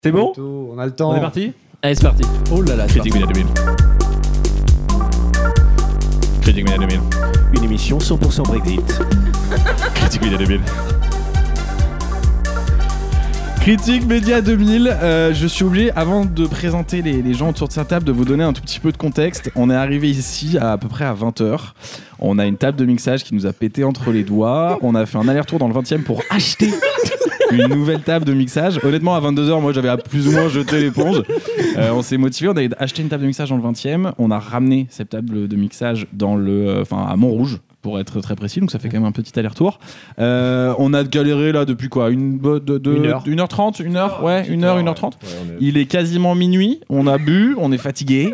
C'est bon ? On a le temps. On est parti ? Allez, c'est parti. Oh là là, Critique Média 2000. Critique Média 2000. Une émission 100% Brexit. Critique Média 2000. Critique Média 2000, je suis obligé, avant de présenter les gens autour de cette table, de vous donner un tout petit peu de contexte. On est arrivé ici à peu près à 20h. On a une table de mixage qui nous a pété entre les doigts. On a fait un aller-retour dans le 20e pour acheter une nouvelle table de mixage. Honnêtement, à 22h, moi j'avais plus ou moins jeté l'éponge. On s'est motivé, on a acheté une table de mixage dans le 20e. On a ramené cette table de mixage à Montrouge, pour être très précis, donc ça fait quand même un petit aller-retour. On a galéré là depuis quoi, 1h30, 1h30. Ouais, il est quasiment minuit, on a bu, on est fatigué.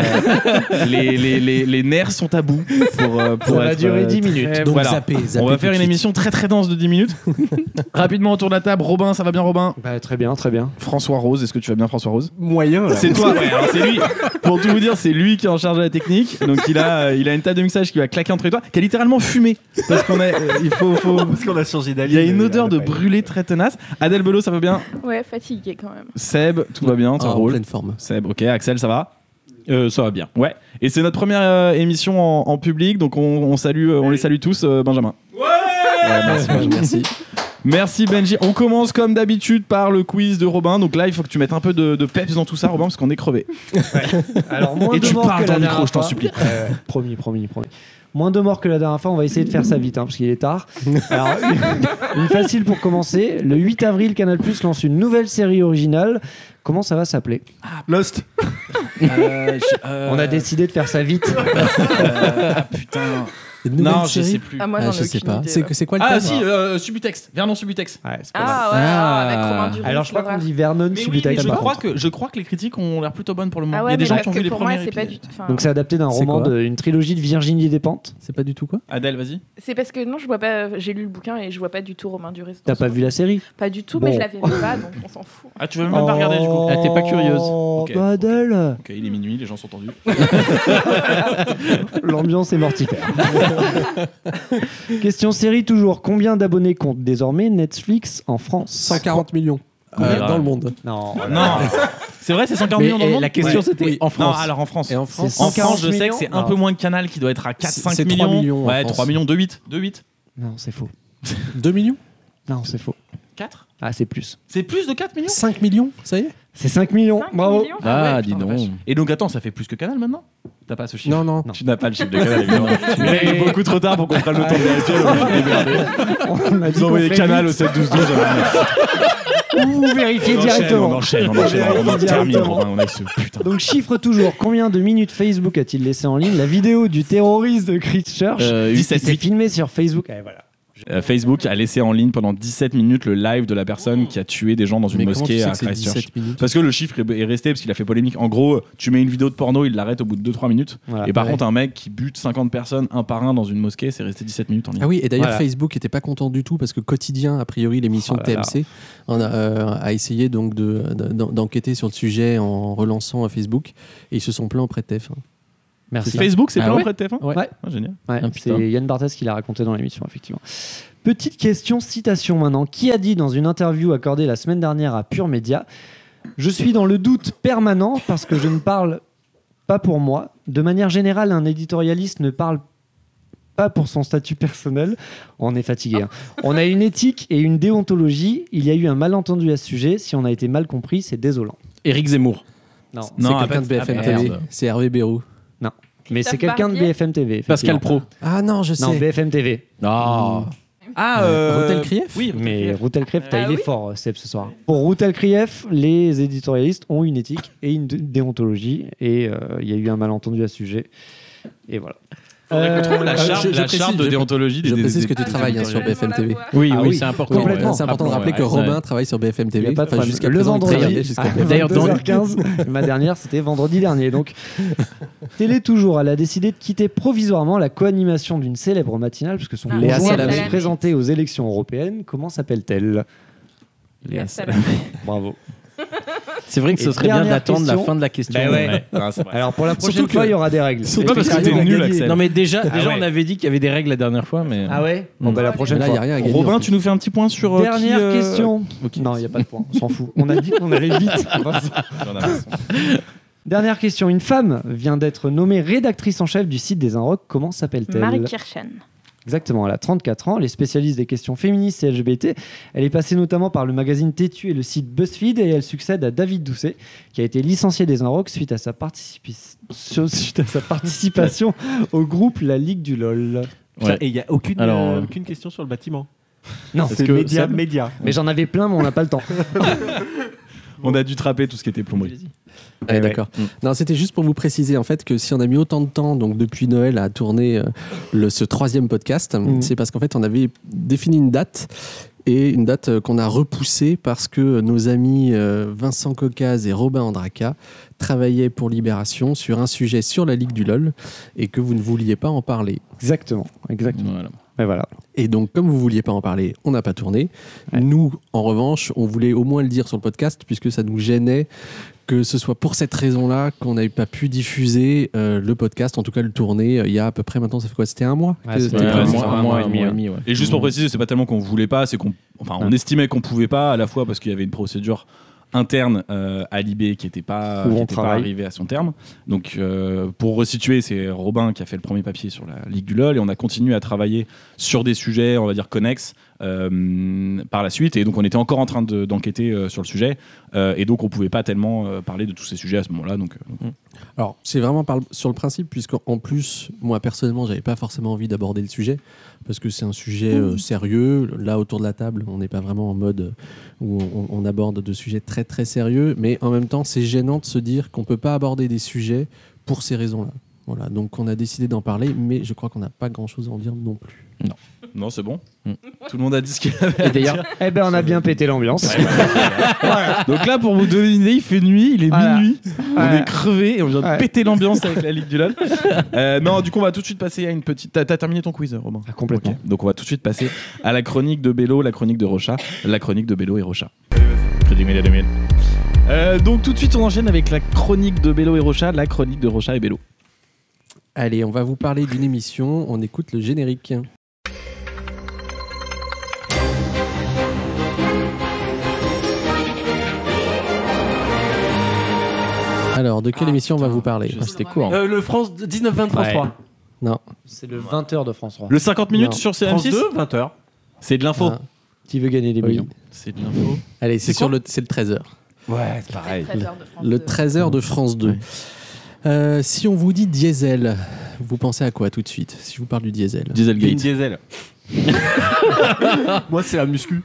Les nerfs sont à bout pour ça va durer 10 minutes. Donc voilà. Zapper on va faire une émission très très dense de 10 minutes. Rapidement autour de la table, Robin, ça va bien Robin ? Très bien, très bien. François Rose, est-ce que tu vas bien François Rose ? Moyen là. C'est toi, ouais, alors c'est lui. Pour tout vous dire, c'est lui qui est en charge de la technique. Donc il a une table de mixage qui va claquer entre les doigts, qui a littéralement fumé. Parce qu'on a, parce qu'on a changé d'allié. Il y a une odeur de brûlé très tenace. Adèle Belot, ça va bien ? Ouais, fatigué quand même. Seb, tout va bien, t'es en pleine forme. Seb, ok. Axel, ça va ? Ça va bien. Ouais. Et c'est notre première émission en public, donc on salue, on les salue tous. Benjamin. Ouais, merci. Merci Benji. On commence comme d'habitude par le quiz de Robin. Donc là, il faut que tu mettes un peu de peps dans tout ça, Robin, parce qu'on est crevé. Ouais. Alors, moins et de tu morts parles que dans la le micro, dernière je t'en fois. supplie. Promis. Moins de morts que la dernière fois, on va essayer de faire ça vite, parce qu'il est tard. Alors, une facile pour commencer. Le 8 avril, Canal+ lance une nouvelle série originale. Comment ça va s'appeler ? Lost. On a décidé de faire ça vite. Putain. Non, je sais plus. Ah, moi, j'en ai je sais aucune pas. idée, C'est quoi le thème ? Si, Subutex. Vernon Subutex. Ouais, c'est pas mal. Avec Romain Duris. Alors, je crois qu'on dit Vernon Mais Subutex. je par crois contre. que les critiques ont l'air plutôt bonnes pour le moment. Ah Il y ouais, a des mais gens parce qui ont que vu les pour moi, premiers c'est pas épisodes. du tout. Donc, c'est adapté d'un C'est roman, quoi d'une trilogie de Virginie Despentes. C'est pas du tout quoi ? Adèle, vas-y. C'est parce que non, je vois pas. J'ai lu le bouquin et je vois pas du tout Romain Duris. T'as pas vu la série ? Pas du tout, Bon. mais je la verrai pas, donc on s'en fout. Ah, tu veux même pas regarder du coup ? Ah, t'es pas curieuse. Ok. Bah, Adèle. Ok, il est minuit, les gens sont tendus. L'ambiance est mortifère. Question série toujours. Combien d'abonnés compte désormais Netflix en France ? 140 millions. Dans le monde. Non. Non, c'est vrai, c'est 140 millions dans le monde. La question c'était Oui. en France. Non, alors en France. Et en France, C'est En France, je 140 sais que c'est un millions. peu moins que Canal qui doit être à 4-5 C'est millions. 3 millions en Ouais, France. 3 millions, 2,8. Non, c'est faux. 2 millions ? Non, c'est faux. 4 Ah, c'est plus. C'est plus de 4 millions 5 millions ? Ça y est ? C'est 5 millions. 5 Bravo. millions Ah, ouais, dis putain, donc. la vache. Et donc attends, ça fait plus que Canal maintenant ? T'as pas ce chiffre ? Non. Tu n'as pas le chiffre de Canal, évidemment. Mais il est beaucoup trop tard pour qu'on prenne le temps de vérifier. On va démerder. On a dit Vous qu'on envoyez fait Canal au vite. 7-12-12. Vous vérifiez On directement. enchaîne. On termine, Directement. Romain, on a ce putain. Donc chiffre toujours. Combien de minutes Facebook a-t-il laissé en ligne la vidéo du terroriste de Christchurch 17 qui s'est filmé sur Facebook. Eh, voilà. Facebook a laissé en ligne pendant 17 minutes le live de la personne qui a tué des gens dans une Mais comment tu mosquée sais à que c'est Christchurch. 17 minutes ? Parce que le chiffre est resté, parce qu'il a fait polémique. En gros, tu mets une vidéo de porno, il l'arrête au bout de 2-3 minutes. Voilà. Et par Ouais. contre, un mec qui bute 50 personnes un par un dans une mosquée, c'est resté 17 minutes en ligne. Ah oui, et d'ailleurs Voilà. Facebook était pas content du tout parce que Quotidien, a priori l'émission Oh là là. de TMC, a essayé donc d'enquêter sur le sujet en relançant Facebook et ils se sont plaints auprès de TF1. Merci. Facebook, c'est Ah plein ouais auprès de TF1 Ouais. Ah, génial. Ouais, Ah, putain. c'est Yann Barthès qui l'a raconté dans l'émission, effectivement. Petite question, citation maintenant. Qui a dit dans une interview accordée la semaine dernière à Pure Média : je suis dans le doute permanent parce que je ne parle pas pour moi. De manière générale, un éditorialiste ne parle pas pour son statut personnel. On est fatigué. Hein. On a une éthique et une déontologie. Il y a eu un malentendu à ce sujet. Si on a été mal compris, c'est désolant. Éric Zemmour. Non. C'est Non, quelqu'un de BFM ah, TV. merde. C'est Hervé Bérou. Mais c'est Christophe quelqu'un de Barbier. BFM TV. Pascal effectivement. Pro. Ah non, je sais. Non, BFM TV. Ah. Routel Krief ? Oui, Mais Routel Krief, il est oui. fort, Seb, ce soir. Pour Routel Krief, les éditorialistes ont une éthique et une déontologie. Et il y a eu un malentendu à ce sujet. Et voilà. Faudrait qu'on trouve la charte, je précise, de déontologie Je des précise que tu Ah, travailles je sur vais BFM la TV. voir. Oui, Ah oui, c'est important. complètement. C'est important de rappeler que Robin travaille sur BFM Il n'y TV. a pas de problème. Jusqu'à Le présent, il vendredi, travaillait jusqu'à à présent. D'ailleurs, dans 22h15. Ma dernière, c'était vendredi dernier. Donc, Télé Toujours, elle a décidé de quitter provisoirement la co-animation d'une célèbre matinale, puisque son Léa conjoint Salamé. va se présenter aux élections européennes. Comment s'appelle-t-elle ? Léa Salamé. Bravo. C'est vrai que ce Et serait bien dernière d'attendre la question. fin de la question. Bah ouais. Ah, c'est vrai. Alors pour la Surtout prochaine que- fois, il y aura des règles. Surtout parce que T'arrives t'es à nul, gagner. Axel. Non mais déjà Ah ouais. on avait dit qu'il y avait des règles la dernière fois, mais Ah ouais. Bon bah la prochaine Mais là, il n'y a fois. rien à gagner. Robin, en tu plus. nous fais un petit point sur Dernière qui, question. Ok. Non, il n'y a pas de point. On s'en fout. On a dit qu'on allait vite. J'en avance. Dernière question. Une femme vient d'être nommée rédactrice en chef du site des Inrocks. Comment s'appelle-t-elle? Marie Kirchen. Exactement, elle a 34 ans, elle est spécialiste des questions féministes et LGBT. Elle est passée notamment par le magazine Tétu et le site BuzzFeed et elle succède à David Doucet, qui a été licencié des Inrocks suite à sa participation au groupe La Ligue du LOL. Ouais. Et il n'y a aucune, Alors, aucune question sur le bâtiment. Non, C'est que média, Seb- média. mais j'en avais plein, mais on n'a pas le temps. On a dû trapper tout ce qui était plomberie. Ouais, d'accord. Non, c'était juste pour vous préciser en fait que si on a mis autant de temps, donc depuis Noël, à tourner ce 3e podcast, c'est parce qu'en fait on avait défini une date et une date qu'on a repoussée parce que nos amis Vincent Caucase et Robin Andraca travaillaient pour Libération sur un sujet sur la Ligue du LOL et que vous ne vouliez pas en parler. Exactement. Voilà. Et voilà. Et donc, comme vous vouliez pas en parler, on n'a pas tourné. Ouais. Nous, en revanche, on voulait au moins le dire sur le podcast, puisque ça nous gênait que ce soit pour cette raison-là qu'on n'avait pas pu diffuser le podcast, en tout cas le tourner, il y a à peu près maintenant, ça fait quoi? C'était un mois? Ouais, que- c'était Ouais, un un mois, mois et demi. Ouais. Et juste pour préciser, c'est pas tellement qu'on voulait pas, c'est qu'on on estimait qu'on pouvait pas, à la fois parce qu'il y avait une procédure interne à Libé qui n'était pas, Où on qui était pas travaille. arrivée à son terme. Donc pour resituer, c'est Robin qui a fait le premier papier sur la Ligue du LOL et on a continué à travailler sur des sujets, on va dire connexes, par la suite. Et donc on était encore en train d'enquêter sur le sujet et donc on pouvait pas tellement parler de tous ces sujets à ce moment-là. Donc Alors, c'est vraiment sur le principe, puisqu'en plus, moi personnellement, j'avais pas forcément envie d'aborder le sujet, parce que c'est un sujet sérieux. Là, autour de la table, on n'est pas vraiment en mode où on aborde de sujets très très sérieux, mais en même temps, c'est gênant de se dire qu'on peut pas aborder des sujets pour ces raisons-là. Voilà, donc on a décidé d'en parler, mais je crois qu'on n'a pas grand-chose à en dire non plus. non, c'est bon. Tout le monde a dit ce qu'il avait. Et d'ailleurs, Eh ben, on a bien pété l'ambiance. Donc là, pour vous donner une idée, il fait nuit, il est Voilà. minuit, on Ouais. est crevé et on vient de Ouais. péter l'ambiance avec la Ligue du LOL. Non, du coup, on va tout de suite passer à une petite. T'as terminé ton quiz, Robin? Ah, complètement. Ok. Donc on va tout de suite passer à la chronique de Bello, la chronique de Rocha, la chronique de Bello et Rocha. Critique Média 2000. Donc tout de suite, on enchaîne avec la chronique de Bello et Rocha, la chronique de Rocha et Bello. allez, on va vous parler d'une émission, on écoute le générique. Alors, de quelle émission on va vous parler? C'était court. Le France 19-20 France Ouais. 3. Non. C'est le 20h de France 3. Le 50 minutes Non. sur France CM6, 2, 20h. c'est de l'info. Ah. Qui veut gagner des Oui. millions? C'est de l'info. Allez, c'est quoi c'est le 13h. Ouais, c'est pareil. 13 heures de France Le 2. 13h de France 2. Si on vous dit diesel, vous pensez à quoi tout de suite? Si je vous parle du diesel. Vin Dieselgate. Diesel. Moi, c'est la muscu.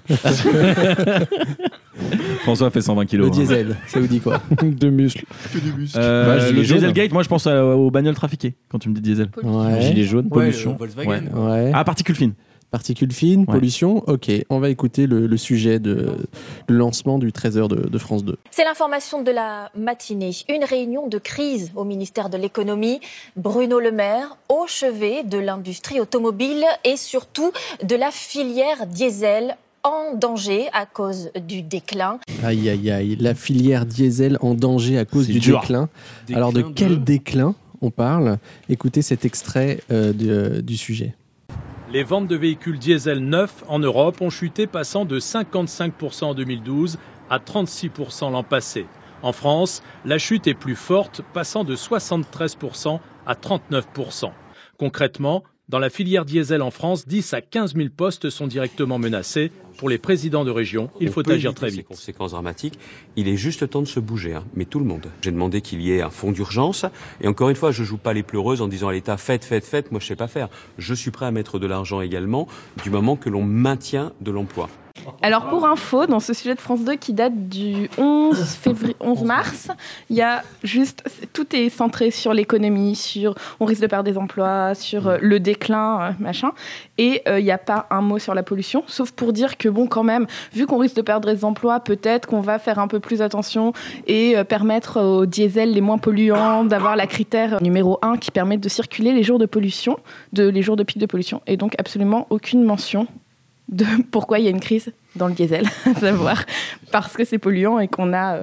François fait 120 kilos. Le diesel, ça vous dit quoi? De muscles. Bah, Le gilet jaune. Dieselgate, moi je pense aux bagnoles trafiquées quand tu me dis diesel. Ouais. Gilet jaune. Pollution. Volkswagen. Ouais. Ah, particules fines. Particules fines, Ouais. pollution. Ok, on va écouter le sujet de le lancement du 13h de France 2. C'est l'information de la matinée. Une réunion de crise au ministère de l'économie. Bruno Le Maire au chevet de l'industrie automobile et surtout de la filière diesel en danger à cause du déclin. Aïe, aïe, aïe. La filière diesel en danger à cause C'est du dur. déclin. Alors, de quel déclin on parle? Écoutez cet extrait du sujet. Les ventes de véhicules diesel neufs en Europe ont chuté, passant de 55% en 2012 à 36% l'an passé. En France, la chute est plus forte, passant de 73% à 39%. Concrètement, dans la filière diesel en France, 10 à 15 000 postes sont directement menacés. Pour les présidents de région, il faut agir très vite. Ces conséquences dramatiques, il est juste temps de se bouger, mais tout le monde. J'ai demandé qu'il y ait un fonds d'urgence, et encore une fois, je joue pas les pleureuses en disant à l'État faites, moi je sais pas faire. Je suis prêt à mettre de l'argent également, du moment que l'on maintient de l'emploi. Alors pour info, dans ce sujet de France 2 qui date du 11 mars, il y a juste, tout est centré sur l'économie, sur on risque de perdre des emplois, sur le déclin, machin, et il n'y a pas un mot sur la pollution, sauf pour dire que bon quand même, vu qu'on risque de perdre des emplois, peut-être qu'on va faire un peu plus attention et permettre aux diesels les moins polluants d'avoir la critère numéro 1 qui permet de circuler les jours de pollution, les jours de pic de pollution, et donc absolument aucune mention de pourquoi il y a une crise dans le diesel, à savoir parce que c'est polluant et qu'on a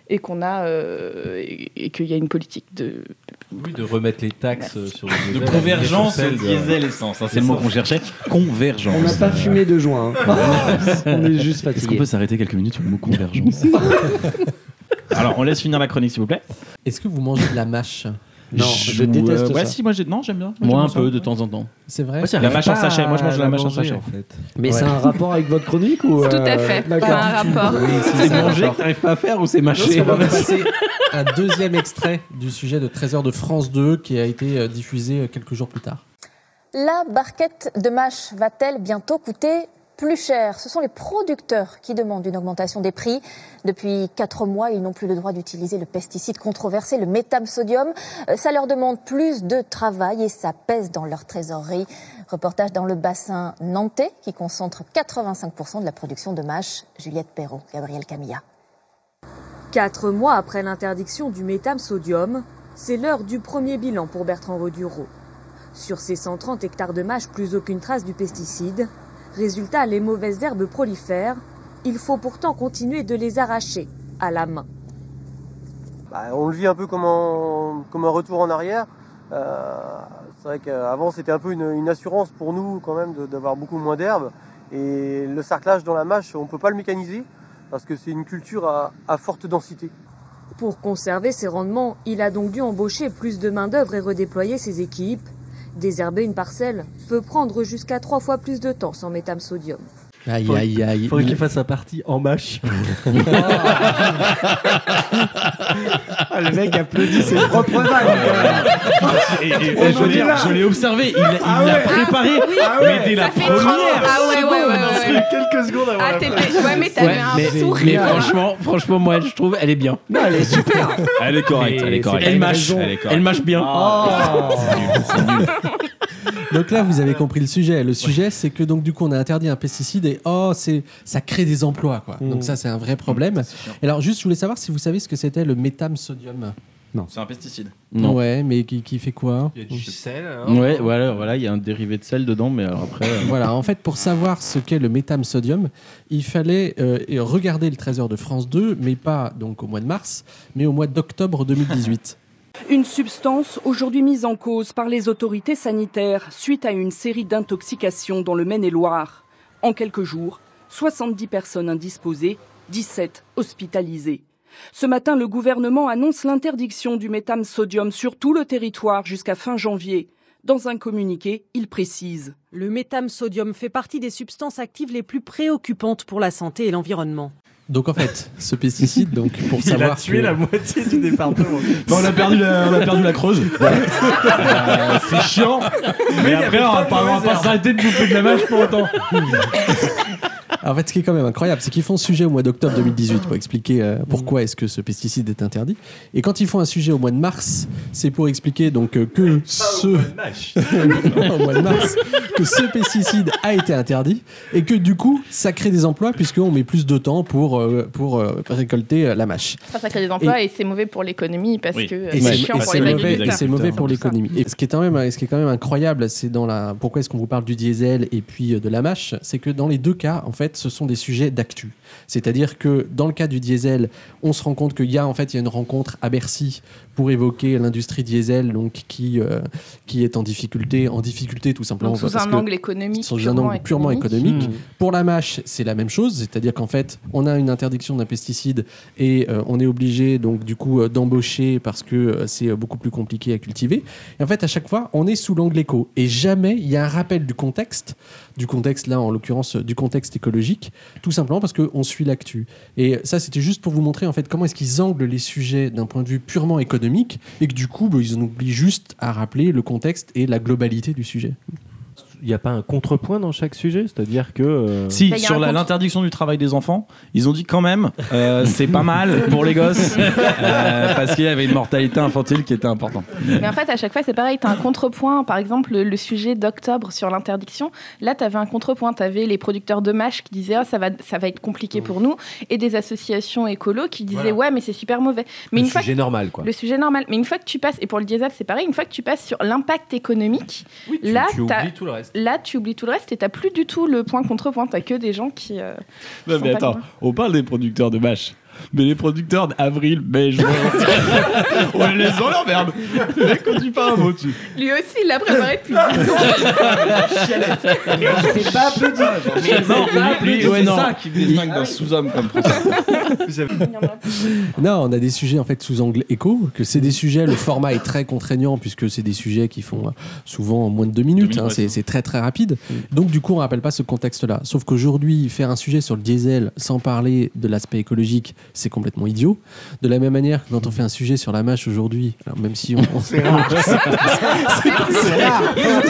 et qu'on a et qu'il y a une politique de remettre les taxes sur le De convergence diesel-essence, c'est le mot qu'on cherchait. Convergence. On n'a pas fumé de joint. On est juste fatigué. Est-ce qu'on peut s'arrêter quelques minutes sur le mot convergence? Alors, on laisse finir la chronique, s'il vous plaît. Est-ce que vous mangez de la mâche? Non, je déteste ça. Ouais, si, moi j'aime bien. Moi un peu de temps en temps. C'est vrai. La mâche en sachet. Moi je mange de la mâche en sachet. en fait. Mais c'est un rapport avec votre chronique ou Tout à fait, c'est un rapport. C'est manger que t'arrives pas à faire ou c'est mâcher? On va passer un deuxième extrait du sujet de 13h de France 2 qui a été diffusé quelques jours plus tard. La barquette de mâche va-t-elle bientôt coûter plus cher? Ce sont les producteurs qui demandent une augmentation des prix. Depuis 4 mois, ils n'ont plus le droit d'utiliser le pesticide controversé, le métam-sodium. Ça leur demande plus de travail et ça pèse dans leur trésorerie. Reportage dans le bassin nantais qui concentre 85% de la production de mâche. Juliette Perrault, Gabriel Camilla. 4 mois après l'interdiction du métam-sodium, c'est l'heure du premier bilan pour Bertrand Rodureau. Sur ces 130 hectares de mâche, plus aucune trace du pesticide. Résultat, les mauvaises herbes prolifèrent. Il faut pourtant continuer de les arracher à la main. On le vit un peu comme un retour en arrière. C'est vrai qu'avant c'était un peu une assurance pour nous quand même d'avoir beaucoup moins d'herbes. Et le sarclage dans la mâche, on ne peut pas le mécaniser parce que c'est une culture à forte densité. Pour conserver ses rendements, il a donc dû embaucher plus de main-d'œuvre et redéployer ses équipes. Désherber une parcelle peut prendre jusqu'à 3 fois plus de temps sans métam-sodium. Aïe, aïe, aïe. Il faudrait qu'il fasse sa partie en mâche. Le mec applaudit ses propres vannes. Je veux dire, je l'ai observé, il l'a préparé, mais dès la première. Quelques secondes avant. Mais t'avais un sourire. Mais franchement, moi je trouve elle est bien. Non, elle est super. Elle est correcte, Elle mâche bien. C'est nul. Donc là, vous avez compris le sujet. Le sujet, c'est que donc du coup, on a interdit un pesticide et ça crée des emplois, quoi. Donc ça, c'est un vrai problème. Et alors, juste, je voulais savoir si vous savez ce que c'était le métam-sodium. Non. C'est un pesticide. Non. Ouais, mais qui fait quoi? Il y a du sel. Hein. Ouais, voilà, il y a un dérivé de sel dedans, mais alors après. Voilà, en fait, pour savoir ce qu'est le métam-sodium, il fallait regarder le 13h de France 2, mais pas donc au mois de mars, mais au mois d'octobre 2018. Une substance aujourd'hui mise en cause par les autorités sanitaires suite à une série d'intoxications dans le Maine-et-Loire. En quelques jours, 70 personnes indisposées, 17 hospitalisées. Ce matin, le gouvernement annonce l'interdiction du métam-sodium sur tout le territoire jusqu'à fin janvier. Dans un communiqué, il précise. Le métam-sodium fait partie des substances actives les plus préoccupantes pour la santé et l'environnement. Donc en fait, ce pesticide, donc pour savoir, il a tué la moitié du département. On a perdu la Creuse. C'est chiant. Mais après, on va pas s'arrêter de bouffer de la mâche pour autant. En fait, ce qui est quand même incroyable, c'est qu'ils font ce sujet au mois d'octobre 2018 pour expliquer pourquoi est-ce que ce pesticide est interdit. Et quand ils font un sujet au mois de mars, c'est pour expliquer donc que au mois de mars, que ce pesticide a été interdit et que du coup, ça crée des emplois puisqu'on met plus de temps pour récolter la mâche. Ça crée des emplois et c'est mauvais pour l'économie parce que et c'est chiant pour les agriculteurs. c'est mauvais pour l'économie. Et ce qui est quand même incroyable, c'est pourquoi est-ce qu'on vous parle du diesel et puis de la mâche, c'est que dans les deux cas, en fait, ce sont des sujets d'actu. C'est-à-dire que dans le cas du diesel, on se rend compte qu'il y a une rencontre à Bercy pour évoquer l'industrie diesel, donc qui est en difficulté tout simplement. Donc, sous un angle économique, purement économique. Pour la mâche, c'est la même chose, c'est-à-dire qu'en fait, on a une interdiction d'un pesticide et on est obligé donc du coup d'embaucher parce que c'est beaucoup plus compliqué à cultiver. Et en fait, à chaque fois, on est sous l'angle éco et jamais il y a un rappel du contexte là en l'occurrence du contexte écologique, tout simplement parce qu'on suit l'actu. Et ça, c'était juste pour vous montrer en fait comment est-ce qu'ils anglent les sujets d'un point de vue purement économique et que du coup, ils en oublient juste à rappeler le contexte et la globalité du sujet. Il n'y a pas un contrepoint dans chaque sujet, c'est-à-dire que... Si, sur l'interdiction du travail des enfants, ils ont dit quand même, c'est pas mal pour les gosses, parce qu'il y avait une mortalité infantile qui était importante. Mais en fait, à chaque fois, c'est pareil, tu as un contrepoint. Par exemple, le sujet d'octobre sur l'interdiction, là, tu avais un contrepoint. Tu avais les producteurs de mâche qui disaient ça va être compliqué pour nous, et des associations écolos qui disaient ouais, mais c'est super mauvais. Mais le sujet normal, quoi. Le sujet normal. Mais une fois que tu passes, et pour le diesel, c'est pareil, une fois que tu passes sur l'impact économique, oui, tu oublies tout le reste. Là, tu oublies tout le reste et t'as plus du tout le point contrepoint. T'as que des gens qui. Non, mais attends, on parle des producteurs de mâche. Mais les producteurs d'avril, mai, juin, on les laisse dans leur merde. Les mecs, on dit pas un mot dessus. Lui aussi, il l'a préparé depuis 10 ans. C'est pas applaudi. C'est ça qui distingue d'un sous-homme comme François. Non, on a des sujets en fait sous angle éco, que c'est des sujets, le format est très contraignant puisque c'est des sujets qui font souvent en moins de 2 minutes, c'est très très rapide. Donc du coup on ne rappelle pas ce contexte-là. Sauf qu'aujourd'hui, faire un sujet sur le diesel sans parler de l'aspect écologique, c'est complètement idiot. De la même manière que quand on fait un sujet sur la mâche aujourd'hui, alors même si on C'est rare. C'est rare.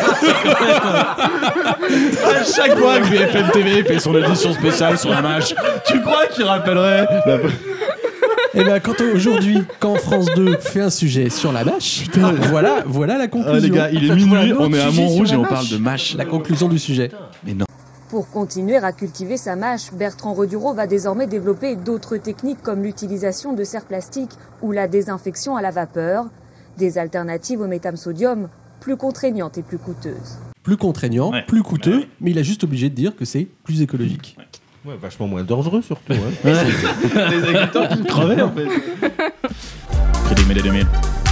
À chaque fois que BFM TV fait son édition spéciale sur la mâche, tu crois qu'il rappellerait Et bien aujourd'hui, quand France 2 fait un sujet sur la mâche, voilà la conclusion. Les gars, il est minuit, on est à Montrouge et on parle de mâche. La conclusion du sujet. Mais non. Pour continuer à cultiver sa mâche, Bertrand Rodureau va désormais développer d'autres techniques comme l'utilisation de serres plastiques ou la désinfection à la vapeur, des alternatives au métam-sodium plus contraignantes et plus coûteuses. Plus contraignant, plus coûteux, mais il a juste obligé de dire que c'est plus écologique. Ouais, vachement moins dangereux surtout. Hein. Les agriculteurs qui crevaient en fait. Crédit Média 2000.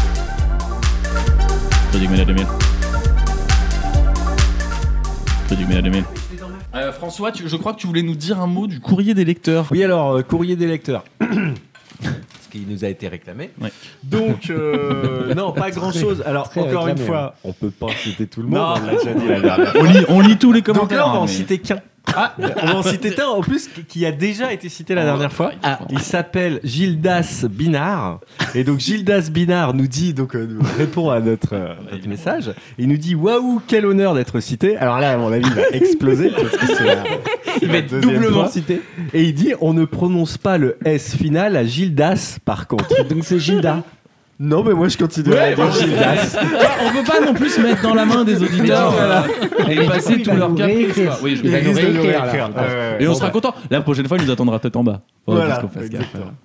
Crédit Média 2000. Crédit Média 2000. François, je crois que tu voulais nous dire un mot du courrier des lecteurs. Oui, alors, courrier des lecteurs. Ce qui nous a été réclamé. Ouais. Donc, non, pas grand-chose. Alors, encore réclamé, une fois, on peut pas citer tout le monde. Non. On l'a déjà dit la dernière fois. On lit tous les Donc commentaires. là, on va en mais- citer qu'un. On va en citer un en plus qui a déjà été cité la dernière fois. Il s'appelle Gildas Binard. Et donc Gildas Binard nous dit, nous répond à notre message. Il nous dit waouh, quel honneur d'être cité. Alors là, à mon avis, il va exploser parce que il va être doublement cité. Et il dit on ne prononce pas le S final à Gildas par contre. Donc c'est Gilda. Non, mais moi je continue à dire Gildas. On peut pas non plus se mettre dans la main des auditeurs et passer tout leur caprice. Oui, Il va nous réécrire, là. Et on sera content. La prochaine fois, il nous attendra peut-être en bas. Voilà, Parce qu'on fasse gaffe.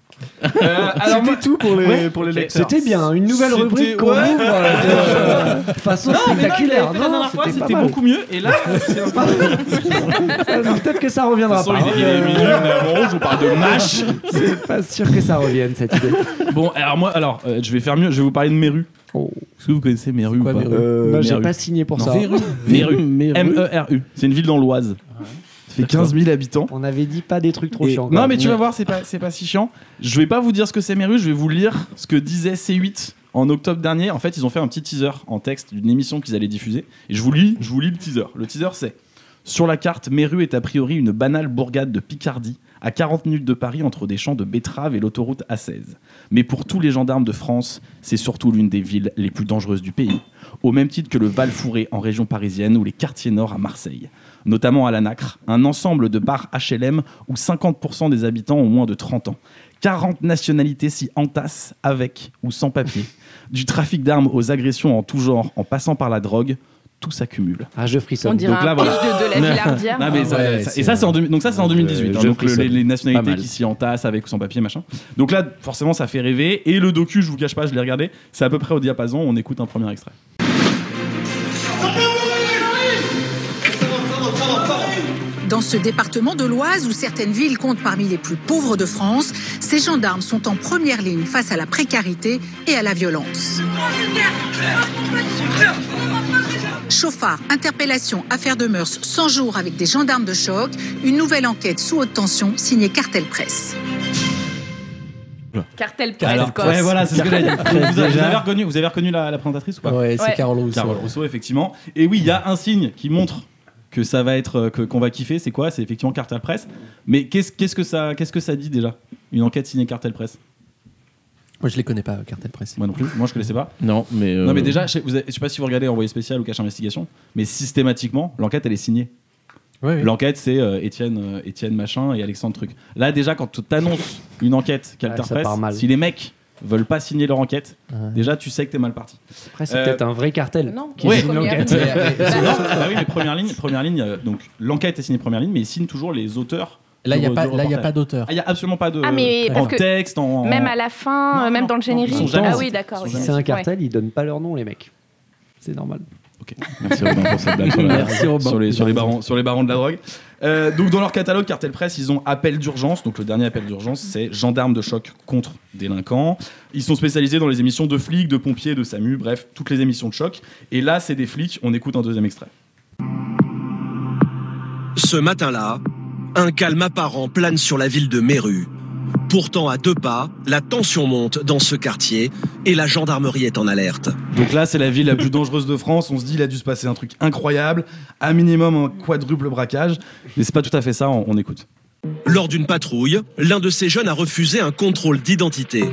Alors c'était tout pour les lecteurs. C'était bien, une nouvelle C'était- rubrique qu'on ouais. ouvre de façon spectaculaire. La dernière fois, pas c'était mal. beaucoup mieux. Et là, c'est un peu. Peut-être que ça De toute reviendra façon, pas. il est minuit, on est à Montrouge, on parle de mâche. C'est pas sûr que ça revienne cette idée. Bon, alors je vais faire mieux. Je vais vous parler de Méru. Est-ce que vous connaissez Méru ou quoi, pas Méru Moi, j'ai Méru. pas signé pour ça. Méru. M-E-R-U. C'est une ville dans l'Oise. Ça fait 15 000 habitants. On avait dit pas des trucs trop Et- chiants. Non, mais tu vas voir, c'est pas si chiant. Je vais pas vous dire ce que c'est Méru, je vais vous lire ce que disait C8 en octobre dernier. En fait, ils ont fait un petit teaser en texte d'une émission qu'ils allaient diffuser. Et je vous lis le teaser. Le teaser, c'est: sur la carte, Méru est a priori une banale bourgade de Picardie, à 40 minutes de Paris, entre des champs de betteraves et l'autoroute A16. Mais pour tous les gendarmes de France, c'est surtout l'une des villes les plus dangereuses du pays, au même titre que le Val-Fouré en région parisienne ou les quartiers nord à Marseille. Notamment à la Nacre, un ensemble de bars HLM où 50% des habitants ont moins de 30 ans. 40 nationalités s'y entassent avec ou sans papier. Du trafic d'armes aux agressions en tout genre, en passant par la drogue, tout s'accumule. Ah, je frissonne. On dirait Donc là, un voilà. pitch de la Villardière. Non, mais et ça, c'est en 2018. je Donc frissonne. les Pas nationalités mal. qui s'y entassent avec ou sans papier, machin. Donc là, forcément, ça fait rêver. Et le docu, je vous cache pas, je l'ai regardé, c'est à peu près au diapason. On écoute un premier extrait. Dans ce département de l'Oise, où certaines villes comptent parmi les plus pauvres de France, ces gendarmes sont en première ligne face à la précarité et à la violence. Chauffard, interpellation, affaire de mœurs, 100 jours avec des gendarmes de choc, une nouvelle enquête sous haute tension signée Cartel Presse. Cartel Presse, Alors, quoi. ouais, voilà, c'est ce que j'allais dire. Vous avez reconnu la présentatrice ou pas? Ouais, c'est Ouais. Carole Rousseau. Carole Rousseau, effectivement. Et oui, il y a un signe qui montre que ça va être qu'on va kiffer. C'est quoi? C'est effectivement Cartel Presse. Mais qu'est-ce que ça dit déjà? Une enquête signée Cartel Presse. Moi, je les connais pas, Cartel Presse. Moi non plus. Moi, je connaissais pas. Non, mais. Non, mais déjà, je sais pas si vous regardez Envoyé spécial ou Cache Investigation, mais systématiquement, l'enquête elle est signée. Ouais. L'enquête, c'est Étienne machin et Alexandre Truc. Là, déjà, quand tu t'annonces une enquête Cartel ça part mal. Presse, si les mecs veulent pas signer leur enquête, déjà, tu sais que t'es mal parti. Après, c'est peut-être un vrai cartel. Non. Qui Ouais. signe l'enquête. Ah oui, mais première ligne, donc l'enquête est signée première ligne, mais ils signent toujours les auteurs. Là, il n'y a reportages. pas d'auteur. Ah, il y a absolument pas de Ah, mais en parce que texte, en Même à la fin, Non, même non, dans le non, ils sont générique. jamais Ah cités. oui, d'accord. Ils oui. sont Si c'est un Ouais. cartel, ils donnent pas leur nom, les mecs. C'est normal. Ok. Merci Robin pour cette blague sur les barons de la drogue. Donc dans leur catalogue Cartel Presse, ils ont appel d'urgence. Donc le dernier appel d'urgence, c'est gendarmes de choc contre délinquants. Ils sont spécialisés dans les émissions de flics, de pompiers, de SAMU, bref, toutes les émissions de choc. Et là, c'est des flics. On écoute un deuxième extrait. Ce matin-là, un calme apparent plane sur la ville de Méru. Pourtant, à 2 pas, la tension monte dans ce quartier et la gendarmerie est en alerte. Donc là, c'est la ville la plus dangereuse de France. On se dit, il a dû se passer un truc incroyable, à minimum un quadruple braquage. Mais c'est pas tout à fait ça, on écoute. Lors d'une patrouille, l'un de ces jeunes a refusé un contrôle d'identité.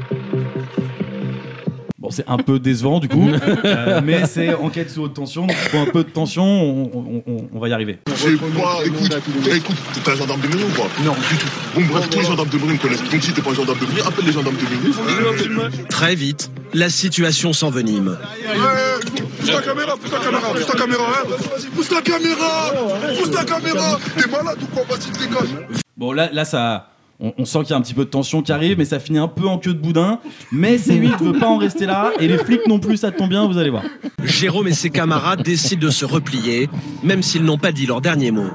Bon, c'est un peu décevant du coup, mais c'est enquête sous haute tension, donc il faut un peu de tension, on va y arriver. Écoute, t'es un gendarme de Méru ou quoi? Non, du tout. Bon bref, tous les gendarmes de Méru me connaissent, donc si t'es pas un gendarme de Méru, appelle les gendarmes de Méru. Très vite, la situation s'envenime. Pousse ta caméra, pousse ta caméra, pousse ta caméra, pousse ta caméra, pousse ta caméra. T'es malade ou quoi? Vas-y, dégage. Bon là ça... On sent qu'il y a un petit peu de tension qui arrive, mais ça finit un peu en queue de boudin. Mais C8 ne veut pas en rester là, et les flics non plus, ça tombe bien, vous allez voir. Jérôme et ses camarades décident de se replier, même s'ils n'ont pas dit leur dernier mot.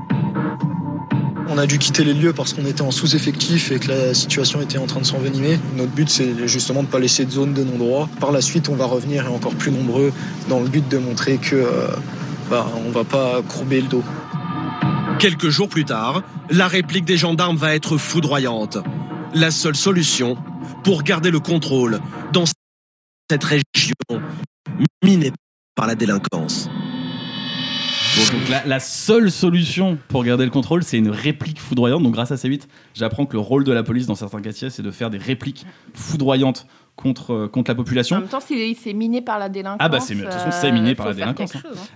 On a dû quitter les lieux parce qu'on était en sous-effectif et que la situation était en train de s'envenimer. Notre but, c'est justement de ne pas laisser de zone de non-droit. Par la suite, on va revenir et encore plus nombreux dans le but de montrer que on ne va pas courber le dos. Quelques jours plus tard, la réplique des gendarmes va être foudroyante. La seule solution pour garder le contrôle dans cette région minée par la délinquance. Donc la seule solution pour garder le contrôle, c'est une réplique foudroyante. Donc grâce à C8, j'apprends que le rôle de la police dans certains quartiers, c'est de faire des répliques foudroyantes contre la population. En même temps, c'est miné par la délinquance. Ah bah de toute façon, c'est miné par la délinquance.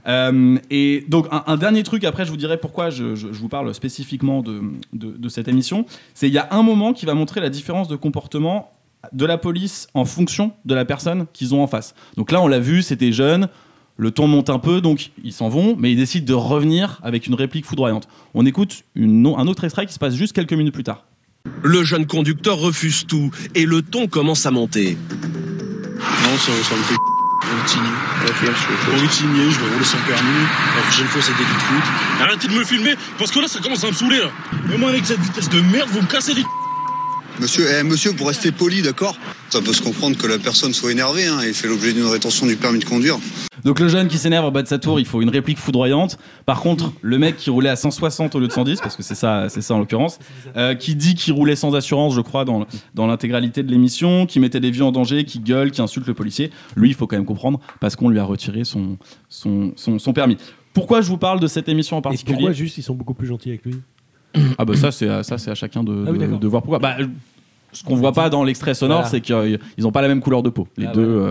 Et donc un dernier truc, après je vous dirai pourquoi je vous parle spécifiquement de cette émission, c'est il y a un moment qui va montrer la différence de comportement de la police en fonction de la personne qu'ils ont en face. Donc là, on l'a vu, c'était jeune. Le ton monte un peu, donc ils s'en vont, mais ils décident de revenir avec une réplique foudroyante. On écoute un autre extrait qui se passe juste quelques minutes plus tard. Le jeune conducteur refuse tout et le ton commence à monter. Non, ça me fait routinier. Routinier, je vais rouler sans permis. La prochaine fois, c'est délit de foot. Arrêtez de me filmer, parce que là, ça commence à me saouler. Là. Mais moi, avec cette vitesse de merde, vous me cassez les... Monsieur, pour rester poli, d'accord? Ça peut se comprendre que la personne soit énervée et fait l'objet d'une rétention du permis de conduire. Donc le jeune qui s'énerve en bas de sa tour, il faut une réplique foudroyante. Par contre, le mec qui roulait à 160 au lieu de 110, parce que c'est ça en l'occurrence, qui dit qu'il roulait sans assurance, je crois, dans l'intégralité de l'émission, qui mettait des vies en danger, qui gueule, qui insulte le policier, lui, il faut quand même comprendre, parce qu'on lui a retiré son permis. Pourquoi je vous parle de cette émission en particulier? Et pourquoi juste ils sont beaucoup plus gentils avec lui? Ah bah ça c'est à chacun de voir pourquoi. Bah, ce qu'on voit pas dans l'extrait sonore, c'est qu'ils n'ont pas la même couleur de peau, les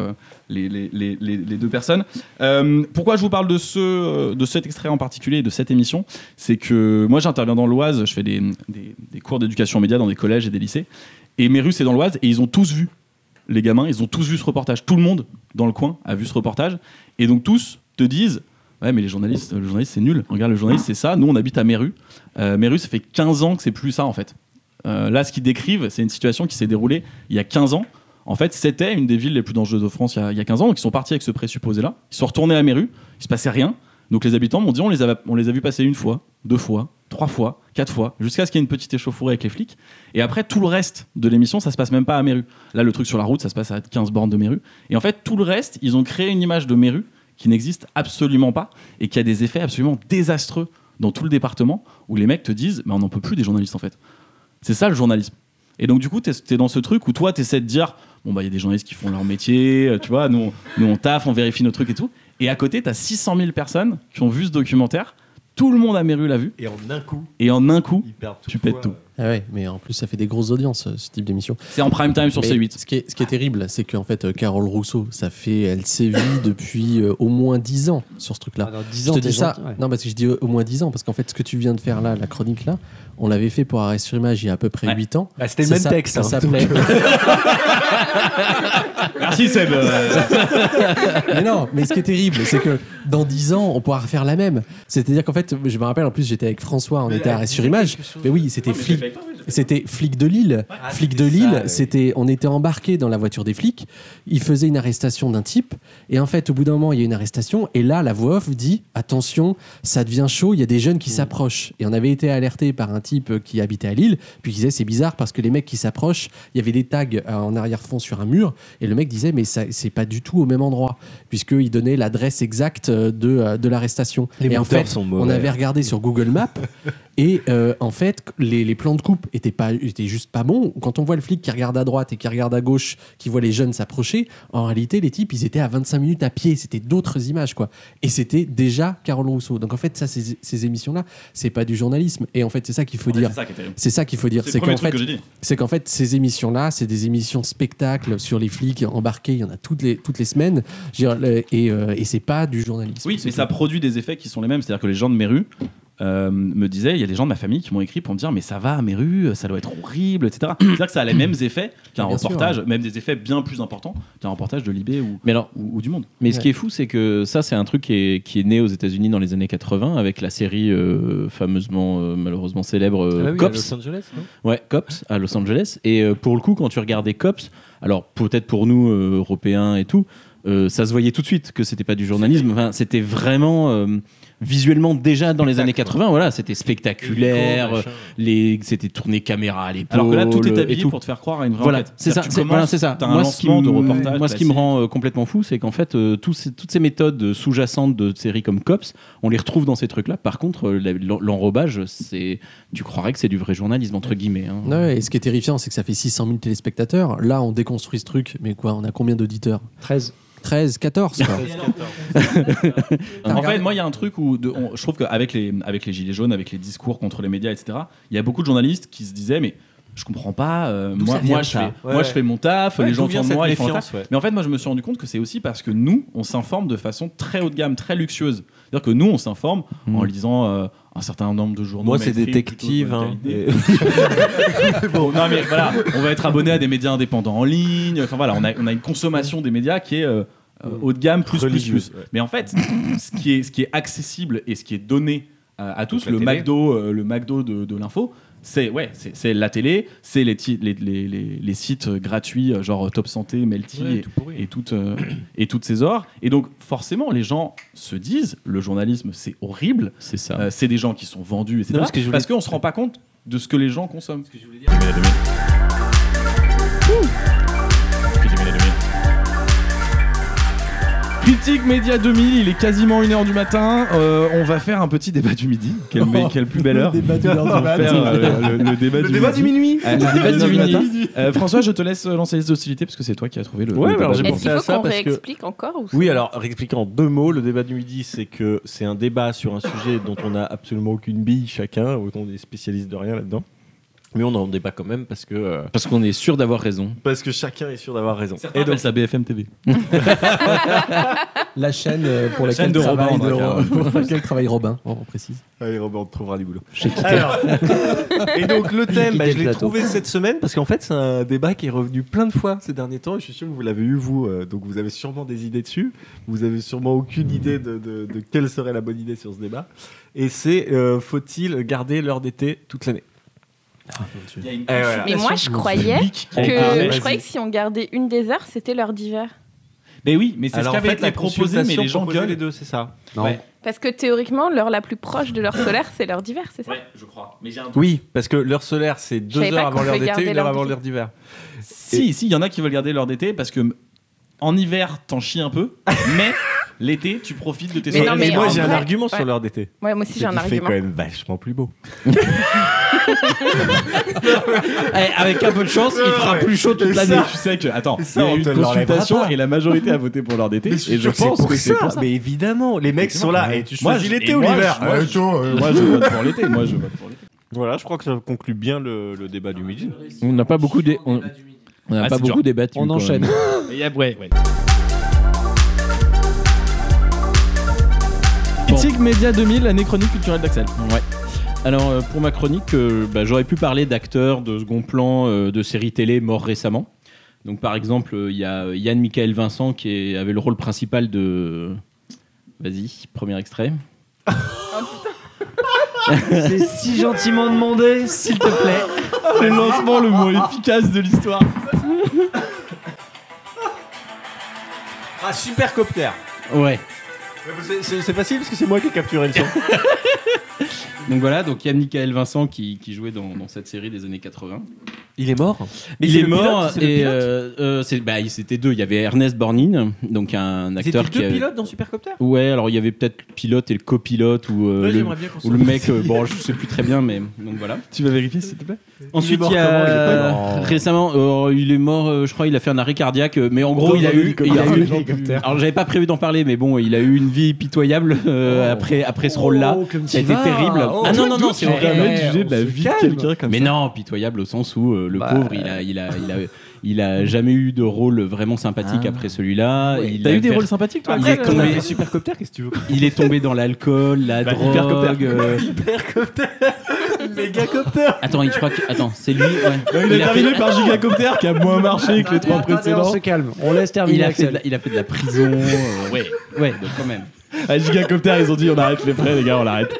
deux personnes. Pourquoi je vous parle de cet extrait en particulier et de cette émission, c'est que moi j'interviens dans l'Oise, je fais des cours d'éducation aux médias dans des collèges et des lycées, et Méru c'est dans l'Oise, et ils ont tous vu, les gamins, ils ont tous vu ce reportage. Tout le monde dans le coin a vu ce reportage, et donc tous te disent... Ouais, mais le journaliste c'est nul. Regarde, le journaliste c'est ça. Nous on habite à Méru. Méru, ça fait 15 ans que c'est plus ça en fait. Là, ce qu'ils décrivent, c'est une situation qui s'est déroulée il y a 15 ans. En fait, c'était une des villes les plus dangereuses de France il y a 15 ans. Donc ils sont partis avec ce présupposé-là. Ils sont retournés à Méru. Il se passait rien. Donc les habitants m'ont dit on les a vus passer 1 fois, 2 fois, 3 fois, 4 fois, jusqu'à ce qu'il y ait une petite échauffourée avec les flics. Et après, tout le reste de l'émission, ça se passe même pas à Méru. Là, le truc sur la route, ça se passe à 15 bornes de Méru. Et en fait, tout le reste, ils ont créé une image de Méru qui n'existe absolument pas et qui a des effets absolument désastreux dans tout le département, où les mecs te disent mais on n'en peut plus des journalistes en fait. C'est ça le journalisme. Et donc du coup t'es dans ce truc où toi t'essaies de dire bon bah il y a des journalistes qui font leur métier, tu vois, nous on taffe, on vérifie nos trucs et tout, et à côté t'as 600 000 personnes qui ont vu ce documentaire, tout le monde à Méru l'a vu, et en un coup tu pètes tout. Ah ouais, mais en plus ça fait des grosses audiences ce type d'émission. C'est en prime time sur C8. Ce qui est terrible, c'est qu'en fait Carole Rousseau, elle sévit depuis au moins 10 ans sur ce truc-là. Alors, 10 ans, je te dis ça. Ouais. Non, parce que je dis au moins 10 ans, parce qu'en fait ce que tu viens de faire là, la chronique là, on l'avait fait pour Arrêt sur Image il y a à peu près 8 ans. Bah, c'était le même texte. Ça s'appelait. Merci Seb. Mais non, mais ce qui est terrible, c'est que dans 10 ans, on pourra refaire la même. C'est-à-dire qu'en fait, je me rappelle, en plus, j'étais avec François, on était à Arrêt sur Image. Mais oui, c'était flic. C'était flic de Lille. Flic de Lille, on était embarqués dans la voiture des flics. Ils faisaient une arrestation d'un type. Et en fait, au bout d'un moment, il y a une arrestation. Et là, la voix off dit attention, ça devient chaud. Il y a des jeunes qui s'approchent. Et on avait été alerté par un type qui habitait à Lille. Puis il disait c'est bizarre parce que les mecs qui s'approchent, il y avait des tags en arrière-fond sur un mur. Et le mec disait mais ça, c'est pas du tout au même endroit, puisqu'il donnait l'adresse exacte de l'arrestation. Les et en fait, sont mauvais. on avait regardé sur Google Maps. Et en fait, les plans de coupe étaient juste pas bons. Quand on voit le flic qui regarde à droite et qui regarde à gauche, qui voit les jeunes s'approcher, en réalité, les types, ils étaient à 25 minutes à pied. C'était d'autres images, quoi. Et c'était déjà Carole Rousseau. Donc en fait, ça, ces émissions-là, c'est pas du journalisme. Et en fait, c'est ça qu'il faut dire. C'est ça qu'il faut dire. C'est qu'en fait, ces émissions-là, c'est des émissions spectacles sur les flics embarqués. Il y en a toutes les semaines. Et c'est pas du journalisme. Oui, mais ça produit des effets qui sont les mêmes. C'est-à-dire que les gens de mes rues me disaient, il y a des gens de ma famille qui m'ont écrit pour me dire mais ça va à mes rues, ça doit être horrible, etc. C'est-à-dire que ça a les mêmes effets qu'un reportage, sûr, même des effets bien plus importants qu'un reportage de Libé ou du Monde. Mais ce qui est fou, c'est que ça, c'est un truc qui est né aux États-Unis dans les années 80 avec la série fameusement, malheureusement célèbre Cops. À Los Angeles, non ? Ouais, Cops à Los Angeles. Et pour le coup, quand tu regardais Cops, alors peut-être pour nous, Européens et tout, ça se voyait tout de suite que c'était pas du journalisme. Enfin, c'était vraiment visuellement déjà dans les années 80. Voilà, c'était spectaculaire. C'était tourné caméra à l'épaule. Alors que là, tout est habillé pour te faire croire à une vraie enquête. C'est ça. C'est ça. T'as un lancement de reportage. Moi, ce qui me rend complètement fou, c'est qu'en fait, toutes ces méthodes sous-jacentes de séries comme Cops, on les retrouve dans ces trucs-là. Par contre, l'enrobage, tu croirais que c'est du vrai journalisme entre guillemets. Hein. Ouais, et ce qui est terrifiant, c'est que ça fait 600 000 téléspectateurs. Là, on déconstruit ce truc, mais quoi, on a combien d'auditeurs ? 13, 14 quoi. En fait, moi, il y a un truc où je trouve qu'avec les gilets jaunes, avec les discours contre les médias, etc., il y a beaucoup de journalistes qui se disaient mais je comprends pas, moi je fais mon taf, les gens autour de moi ils font leur taf. Mais en fait, moi je me suis rendu compte que c'est aussi parce que nous, on s'informe de façon très haut de gamme, très luxueuse. C'est-à-dire que nous, on s'informe en lisant un certain nombre de journaux. Moi, c'est détective. Bon, non, mais voilà, on va être abonné à des médias indépendants en ligne. Enfin voilà, on a une consommation des médias qui est haut de gamme, plus. Ouais. Mais en fait, ce qui est accessible et ce qui est donné à tous, le McDo de l'info, c'est la télé, c'est les sites gratuits genre Top Santé, Melty et toutes ces ors. Et donc forcément les gens se disent le journalisme c'est horrible, c'est ça. C'est des gens qui sont vendus, etc. Parce qu'on se rend pas compte de ce que les gens consomment. Ce que je voulais dire. Critique Média 2000, il est quasiment 1h du matin. On va faire un petit débat du midi. Quelle plus belle heure. Le débat du débat du minuit. Le débat du minuit. François, je te laisse lancer les hostilités parce que c'est toi qui as trouvé le. Ouais, alors j'ai Est-ce pensé qu'il à faut ça qu'on parce que. réexplique encore ou Oui, alors réexpliquer en 2 mots. Le débat du midi, c'est que c'est un débat sur un sujet dont on n'a absolument aucune bille chacun, autant on est spécialiste de rien là-dedans. Mais on en débat quand même parce qu'on est sûr d'avoir raison. Parce que chacun est sûr d'avoir raison. Et donc ça BFM TV. La chaîne pour laquelle travaille Robin, on précise. Allez Robin, on te trouvera du boulot. Alors, et donc le thème, je l'ai trouvé cette semaine parce qu'en fait c'est un débat qui est revenu plein de fois ces derniers temps et je suis sûr que vous l'avez eu vous, donc vous avez sûrement des idées dessus. Vous avez sûrement aucune idée de quelle serait la bonne idée sur ce débat. Et c'est faut-il garder l'heure d'été toute l'année? Mais moi, je croyais que si on gardait une des heures, c'était l'heure d'hiver. Mais oui, mais c'est ce qui avait été proposé, mais les gens gueulent. Les deux, c'est ça. Non. Ouais. Parce que théoriquement, l'heure la plus proche de l'heure solaire, c'est l'heure d'hiver, c'est ça? Ouais, je crois. Mais oui, parce que l'heure solaire, c'est 2 heures avant l'heure d'été, 1 heure avant l'heure d'hiver. Si, il y en a qui veulent garder l'heure d'été parce que en hiver, t'en chies un peu, mais l'été, tu profites de tes soirées. Mais moi, j'ai un argument sur l'heure d'été. Ouais, moi aussi, j'ai un argument. Il fait quand même vachement plus beau. Avec un peu de chance, il fera plus chaud toute l'année. Tu sais que, attends, il y a eu une consultation et la majorité a voté pour l'heure d'été. Et je pense que c'est pour ça. Mais évidemment, les mecs sont là. Et tu choisis l'été ou l'hiver? Moi, je vote pour l'été. Voilà, je crois que ça conclut bien le débat du midi. On n'a pas beaucoup débattu. On enchaîne. Ouais. Critique Média 2000, l'année chronique culturelle d'Axel. Ouais. Alors pour ma chronique, j'aurais pu parler d'acteurs de second plan de séries télé morts récemment. Donc par exemple, il y a Yann Michael Vincent qui avait le rôle principal de... Vas-y, premier extrait. C'est si gentiment demandé, s'il te plaît. Le lancement, le mot efficace de l'histoire. Ah, Supercopter. Ouais. C'est facile parce que c'est moi qui ai capturé le son. Donc voilà, donc il y a Michael Vincent qui jouait dans cette série des années 80. Il est mort. Il est mort et c'était deux. Il y avait Ernest Borgnine, donc un acteur qui. C'était deux pilotes dans Supercopter. Ouais, alors il y avait peut-être le pilote et le copilote ou le mec. Bon, je sais plus très bien, mais donc voilà. Tu vas vérifier s'il te plaît. Ensuite, il y a récemment, il est mort. Je crois, il a fait un arrêt cardiaque, mais en gros, il a eu. Alors, j'avais pas prévu d'en parler, mais bon, il a eu une vie pitoyable après ce rôle-là. Ça a été terrible. Ah non, c'est vraiment juger de la vie de quelqu'un comme ça. Mais non, pitoyable au sens où le pauvre, il a jamais eu de rôle vraiment sympathique après celui-là. T'as eu des rôles sympathiques toi? Il est tombé Supercopter, qu'est-ce que tu veux? Il est tombé dans l'alcool, la drogue. Hypercopter. Mégacopter. Attends, c'est lui. Ouais. Il est terminé par Gigacopter qui a moins marché que les trois précédents. On se calme, on laisse terminer. Il a fait de la prison. Ouais, donc quand même. À Gigacopter, ils ont dit on arrête les frais, les gars, on l'arrête.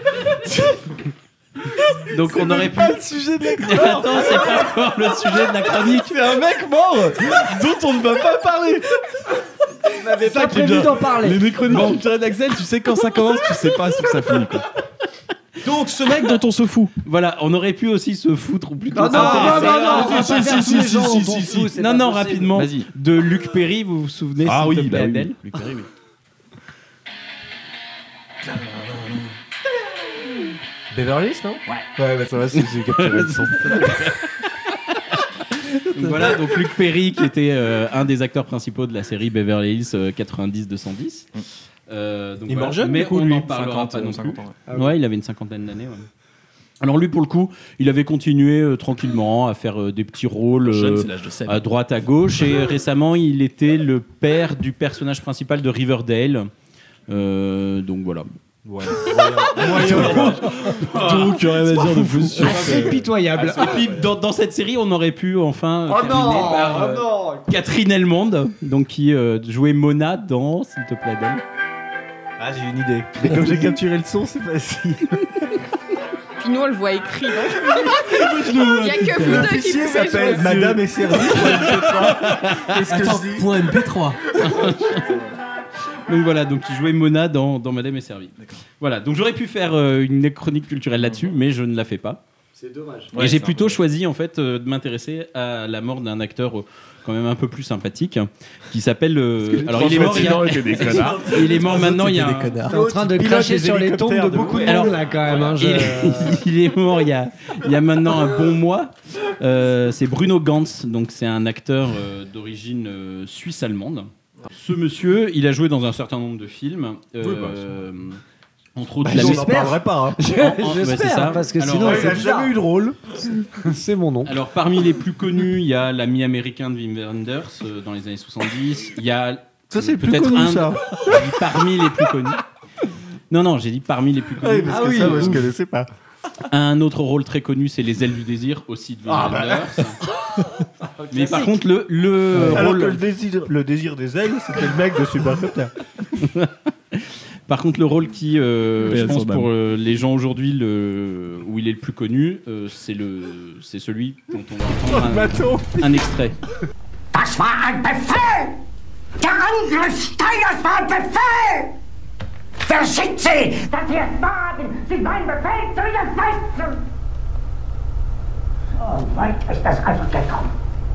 Donc on aurait pu. Pas le sujet de la chronique. Attends, c'est pas encore le sujet de la chronique. C'est un mec mort dont on ne va pas parler. On n'avait pas prévu d'en parler. Les chroniques culturelles d'Axel, tu sais quand ça commence, tu sais pas si ça finit quoi. Donc ce mec dont on se fout. Voilà, on aurait pu aussi se foutre ou plutôt. Non, rapidement. Vas-y. De Luc Perry, vous vous souvenez? Ah oui, Luc Perry, oui. Beverly Hills, non? Ouais, bah ça va, j'ai capturé le son. Voilà, donc Luc Perry qui était un des acteurs principaux de la série Beverly Hills 90-210. Il est mort jeune, mais du coup, on lui. n'en parlera pas non plus. 50 ans, Ouais, il avait une cinquantaine d'années. Ouais. Alors lui, pour le coup, il avait continué tranquillement à faire des petits rôles à droite, à gauche. Et récemment, il était le père du personnage principal de Riverdale. Donc voilà. Ouais. Donc, rien à dire de plus sur assez pitoyable. Et puis, dans cette série, on aurait pu enfin terminer par Catherine Elmond, donc qui jouait Mona dans, s'il te plaît, Adam. Ah, j'ai une idée. Mais comme j'ai capturé le son, c'est facile. Puis nous, on le voit écrit. Il n'y a que vous deux qui fichier pouvez s'appelle jouer. Madame est servie. Qu'est-ce que je dis? Point MP3. Donc voilà, donc il jouait Mona dans Madame est servie. Voilà, donc j'aurais pu faire une chronique culturelle là-dessus, mais je ne la fais pas. C'est dommage. Et j'ai plutôt choisi en fait de m'intéresser à la mort d'un acteur quand même un peu plus sympathique qui s'appelle. Alors il est mort. Il est mort maintenant. Il y a. T'es en train de cracher sur les tombes de beaucoup de monde là quand même. Il est mort il y a maintenant un bon mois. C'est Bruno Ganz, donc c'est un acteur d'origine suisse-allemande. Ce monsieur, il a joué dans un certain nombre de films. Entre autres, on n'en parlerait pas. J'espère, parce que sinon, il n'a jamais eu de rôle. C'est mon nom. Alors, parmi les plus connus, il y a l'ami américain de Wim Wenders dans les années 70. Il y a ça, c'est peut-être plus connu, ça. J'ai dit parmi les plus connus. Non, j'ai dit parmi les plus connus. Parce que ça, moi, je ne connaissais pas. Un autre rôle très connu, c'est Les Ailes du Désir, aussi de Wim Wenders. Mais par contre, le alors rôle... que le désir des ailes, c'était le mec de Supercopter. Par contre, le rôle qui, je pense, pour les gens aujourd'hui, où il est le plus connu, c'est celui dont on va entendre un extrait. Das war ein Befehl! Der Angriffsstein, das war ein Befehl! Wer sind Sie, dass Sie es wagen, sich meinen Befehl zu widersetzen? So weit ist das also gekommen.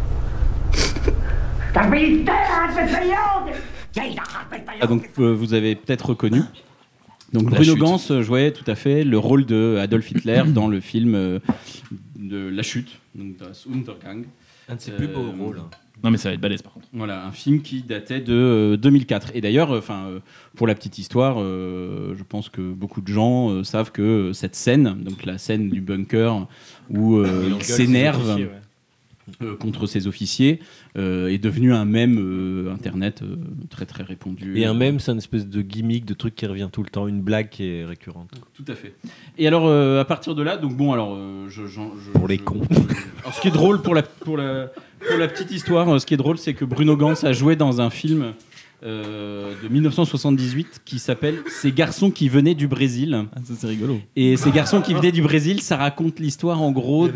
Das Militär hat mich verloren! Jeder hat mich verloren! Ah, donc, vous avez peut-être reconnu. Donc, Bruno Ganz jouait tout à fait le rôle de Adolf Hitler dans le film de La Chute, donc Das Untergang. Un de ses plus beaux rôles. Non, mais ça va être balèze par contre. Voilà, un film qui datait de 2004. Et d'ailleurs, pour la petite histoire, je pense que beaucoup de gens savent que cette scène, donc la scène du bunker où il s'énerve contre ses officiers, est devenue un mème internet très très répandu. Et un mème, c'est une espèce de gimmick, de truc qui revient tout le temps, une blague qui est récurrente. Tout à fait. Et alors, à partir de là, donc bon, alors, pour les cons. Alors, ce qui est drôle pour la petite histoire, ce qui est drôle, c'est que Bruno Ganz a joué dans un film de 1978 qui s'appelle Ces garçons qui venaient du Brésil. Ah, ça c'est rigolo. Et ces garçons qui venaient du Brésil, ça raconte l'histoire en gros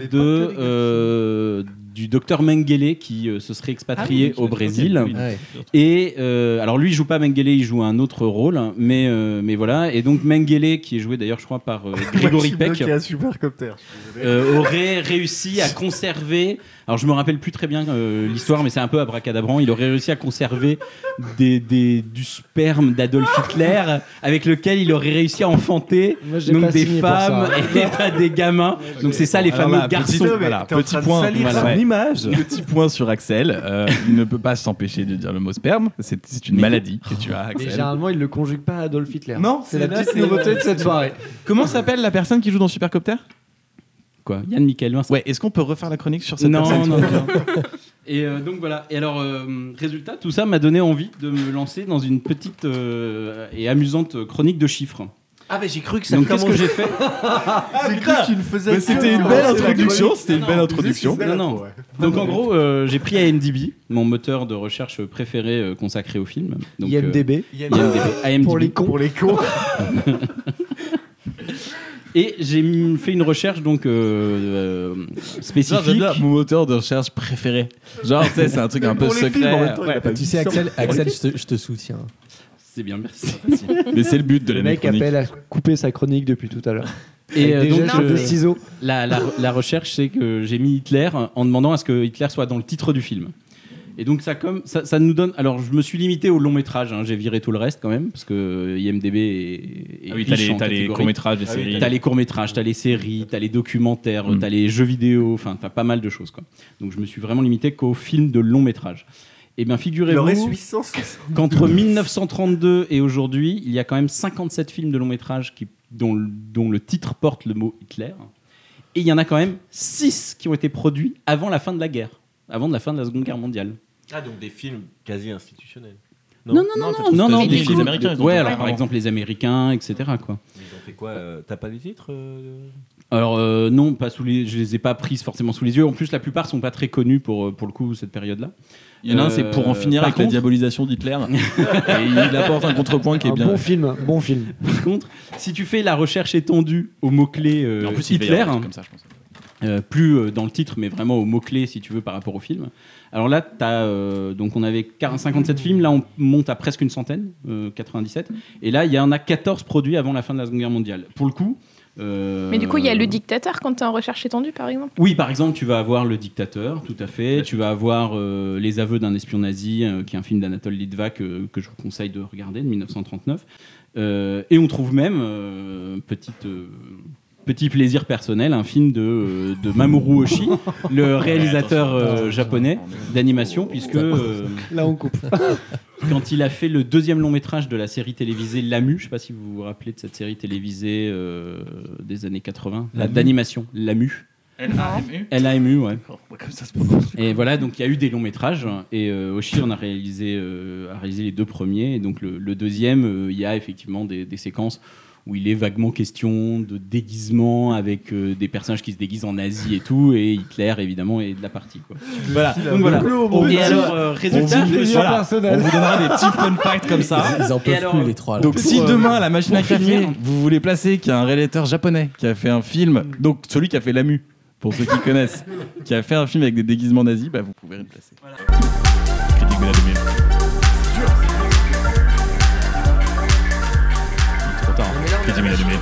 du docteur Mengele qui se serait expatrié au Brésil. Et alors lui il joue pas Mengele, il joue un autre rôle, mais voilà. Et donc Mengele, qui est joué d'ailleurs je crois par Grégory Peck, aurait réussi à conserver. Alors je me rappelle plus très bien l'histoire, mais c'est un peu abracadabrant. Il aurait réussi à conserver du sperme d'Adolf Hitler, avec lequel il aurait réussi à enfanter donc des femmes et des gamins. Donc c'est ça les fameux garçons. Petit point. Petit point sur Axel. Il ne peut pas s'empêcher de dire le mot sperme. C'est une maladie que tu as, Axel. Mais généralement, il ne le conjugue pas à Adolf Hitler. Non, c'est la petite nouveauté de cette soirée. Comment s'appelle la personne qui joue dans Supercopter ? Quoi, Yann Michael Vincent. Ouais, est-ce qu'on peut refaire la chronique sur cette personne ? Non. Et donc voilà. Et alors, résultat, tout ça m'a donné envie de me lancer dans une petite et amusante chronique de chiffres. Ah mais j'ai cru que ça. Donc qu'est-ce que j'ai fait ? J'ai cru que tu ne faisais que. C'était une belle introduction. C'était une belle introduction. Non. Donc en gros, j'ai pris IMDb, mon moteur de recherche préféré consacré au film. Donc, IMDb. IMDb. Pour les cons. Pour les cons. Et j'ai fait une recherche donc spécifique. J'aime bien mon moteur de recherche préféré. Genre, tu sais, c'est un truc un peu secret. Tu sais, Axel, je te soutiens. C'est bien, merci. Mais c'est le but de le la mec chronique. appelle à couper sa chronique depuis tout à l'heure. Et donc de ciseaux. La recherche, c'est que j'ai mis Hitler en demandant à ce que Hitler soit dans le titre du film. Et donc ça nous donne. Alors je me suis limité au long métrage. J'ai viré tout le reste quand même parce que IMDb est riche en t'as les courts métrages, les séries. T'as les courts métrages, t'as les séries, t'as les documentaires, t'as les jeux vidéo. Enfin, t'as pas mal de choses quoi. Donc je me suis vraiment limité qu'aux films de long métrage. Et bien figurez-vous qu'entre 1932 et aujourd'hui, il y a quand même 57 films de long métrage dont le titre porte le mot Hitler. Et il y en a quand même 6 qui ont été produits avant la fin de la guerre, avant la fin de la Seconde Guerre mondiale. Ah, donc des films quasi institutionnels. Non, des films américains. Ouais, alors par exemple les Américains, etc. Quoi. Ils ont fait quoi T'as pas les titres Alors non, pas je les ai pas prises forcément sous les yeux. En plus, la plupart sont pas très connus pour le coup cette période-là. Il y en a un, c'est Pour en finir avec la diabolisation d'Hitler. Et il apporte un contrepoint qui est bien. Bon film. Par contre, si tu fais la recherche étendue au mot-clé Hitler, comme ça, je pense. plus dans le titre, mais vraiment au mot-clé si tu veux par rapport au film. Alors là, donc on avait 57 films, là on monte à presque une centaine, 97. Et là, il y en a 14 produits avant la fin de la Seconde Guerre mondiale. Pour le coup. Mais du coup, il y a le dictateur quand tu es en recherche étendue, par exemple ? Oui, par exemple, tu vas avoir Le Dictateur, tout à fait. Tu vas avoir Les aveux d'un espion nazi, qui est un film d'Anatole Litvak que je vous conseille de regarder, de 1939. Et on trouve même, petit plaisir personnel, un film de Mamoru Oshii, le réalisateur japonais d'animation, puisque là on coupe. Quand il a fait le deuxième long métrage de la série télévisée Lamu, je ne sais pas si vous vous rappelez de cette série télévisée des années 80, d'animation, Lamu. L-A-M-U, ouais. Comme ça se prononce. Et voilà, donc il y a eu des longs métrages et Oshii en a réalisé les 2 premiers. Et donc le deuxième, il y a effectivement des séquences où il est vaguement question de déguisement avec des personnages qui se déguisent en nazi et tout, et Hitler évidemment est de la partie quoi. Voilà. Donc voilà. Et alors résultat, on vous donnera des petits fun facts comme ça. Ils en peuvent plus les trois. Là. Donc si demain à la machine à café, vous voulez placer qu'il y a un réalisateur japonais qui a fait un film, donc celui qui a fait Lamu, pour ceux qui connaissent, qui a fait un film avec des déguisements nazis, bah vous pouvez le placer. Voilà. Critique Média 2000. Critique Média 2000.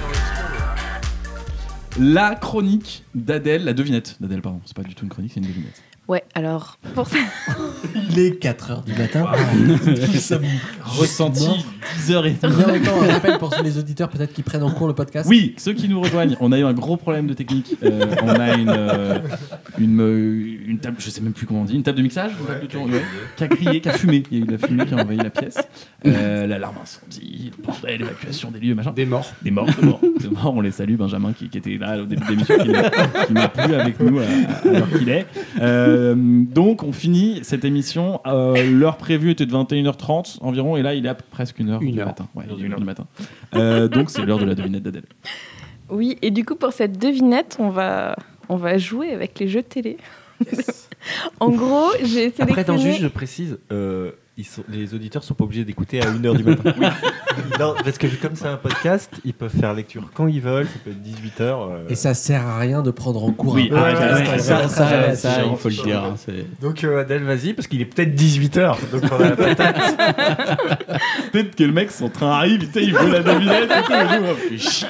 La chronique d'Adèle, la devinette d'Adèle, pardon. C'est pas du tout une chronique, c'est une devinette. Ouais, alors, pour ça... Il est 4h du matin. Ressenti 10h30. Un rappel pour les auditeurs peut-être qui prennent en cours le podcast. Oui, ceux qui nous rejoignent, on a eu un gros problème de technique. On a une table, je sais même plus comment on dit, une table de mixage qui a crié, qui a fumé. Il y a eu de la fumée qui a envahi la pièce. L'alarme incendie, le bordel, l'évacuation des lieux, machin. Des morts, on les salue. Benjamin qui était là au début de l'émission, qui n'est plus avec nous alors qu'il est. Donc on finit cette émission, l'heure prévue était de 21h30 environ, et là il est à presque 1h du matin. Ouais, il est 1h du matin. Donc c'est l'heure de la devinette d'Adèle. Oui, et du coup pour cette devinette, on va jouer avec les jeux télé. Yes. En gros, j'ai sélectionné... Après, je précise, les auditeurs sont pas obligés d'écouter à 1h du matin. Oui. Non, parce que comme c'est un podcast, ils peuvent faire lecture quand ils veulent, ça peut être 18h. Et ça sert à rien de prendre en cours Oui, un podcast. ça, il faut le dire. Hein, donc Adèle, vas-y, parce qu'il est peut-être 18h. Donc on a la patate. Peut-être que le mec, son train arrive, il veut la devinette et tout. Et nous, on fait chier.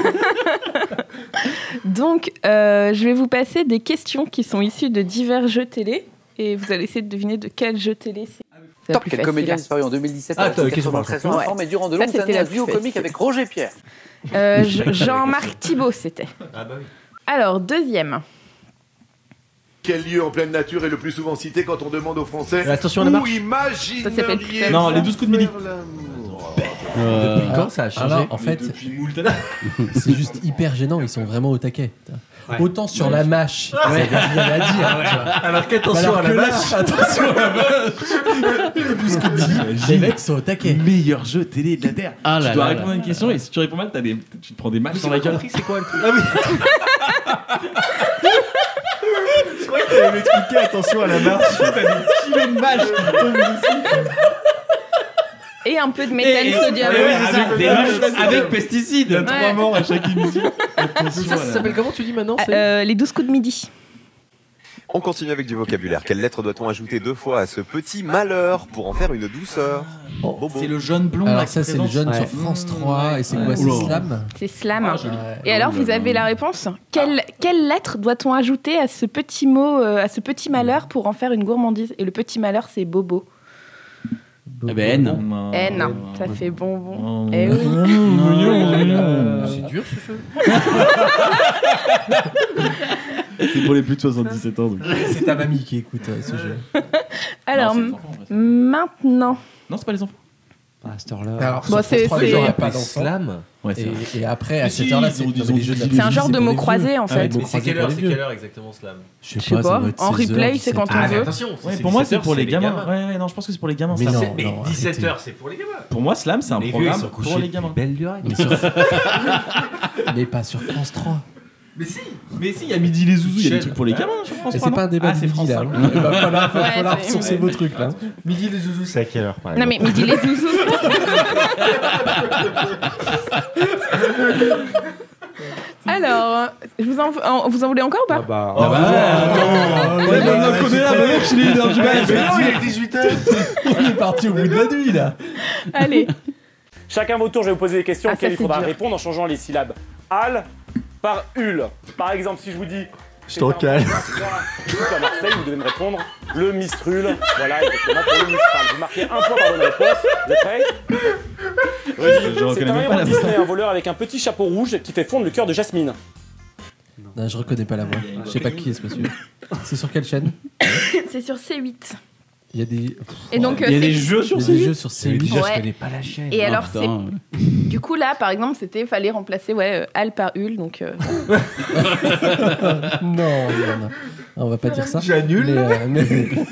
Donc, je vais vous passer des questions qui sont issues de divers jeux télé. Et vous allez essayer de deviner de quel jeu télé c'est. Top, quel comédien disparu en 2017 à 93 ans, formé durant de longues années un duo comique avec Roger Pierre. Jean-Marc Thibault, c'était. Ah bah oui. Alors, deuxième. Quel lieu en pleine nature est le plus souvent cité quand on demande aux Français attention à la marche. où imagineriez Non, les 12 coups de midi. Depuis quand ça a changé? Alors, en fait, c'est juste hyper gênant, ils sont vraiment au taquet. Ouais. Autant sur la mâche, il n'y a rien à dire. Tu vois. Alors qu'attention à la mâche. Attention à la mâche. Les mecs sont au taquet. Meilleur jeu télé de la Terre. Ah là tu dois là répondre à une question et si tu réponds mal, tu te prends des matchs dans la gueule. C'est quoi le truc? Ah oui. Je crois que tu allais m'expliquer attention à la marche. T'as des kilos de mâches qui tombent dessus. Et un peu de méthane sodium. Avec pesticides. Il y a 3 morts à chaque émission. Ça s'appelle comment tu dis maintenant? Les 12 coups de midi. On continue avec du vocabulaire. Quelle lettre doit-on ajouter 2 fois à ce petit malheur pour en faire une douceur? C'est le jaune blond. Alors ça c'est le jaune sur France 3 et c'est quoi? C'est Slam? C'est Slam. Et alors vous avez la réponse. Quelle lettre doit-on ajouter à ce petit mot, à ce petit malheur pour en faire une gourmandise? Et le petit malheur c'est bobo. Eh ben N, ça fait bonbon. Eh oui. C'est dur ce jeu. C'est pour les plus de 77 ans. Donc. C'est ta mamie qui écoute ce jeu. Alors, maintenant. Non, c'est pas les enfants. À cette heure-là. Alors, bon, c'est pas Slam. Ouais, et après, à cette heure-là, c'est un genre de mots croisés en fait. Mais c'est quelle heure exactement Slam? Je sais pas. En replay, c'est quand on veut. Attention, pour moi, c'est pour les gamins. Ouais, non, je pense que c'est pour les gamins. Mais Slam. Mais 17h, c'est pour les gamins. Pour moi, Slam, c'est un programme pour les gamins. Belle lurette. Mais pas sur France 3. Mais si, il y a Midi les Zouzous, il y a des trucs pour les gamins sur France 3. C'est pas un débat de midi là. Il va falloir ressourcer vos trucs là. Midi les Zouzous, c'est à quelle heure? Non mais Midi les Zouzous. Alors, vous en voulez encore ou pas? On est là, 18h. On est parti au bout de la nuit là. Allez. Chacun votre tour, je vais vous poser des questions auxquelles il faudra dur. répondre en changeant les syllabes. Al par ul. Par exemple, si je vous dis... Je t'en cale. À Marseille, vous devez me répondre le Mistrul. Voilà, exactement, pour le Mistral. Vous marquez un point par bonne réponse. Vous êtes prêts? C'est un héros Disney, un voleur avec un petit chapeau rouge qui fait fondre le cœur de Jasmine. Non, je reconnais pas la voix. Je sais pas qui est ce monsieur. C'est sur quelle chaîne? C'est sur C8. Il y a des. Et donc, il y a des jeux sur C8. Des jeux sur C8. Déjà, Ouais. je connais pas la chaîne. Et alors, c'est... Du coup, là, par exemple, fallait remplacer Al par Ul, donc... Non, on va pas dire ça. J'annule. Mais...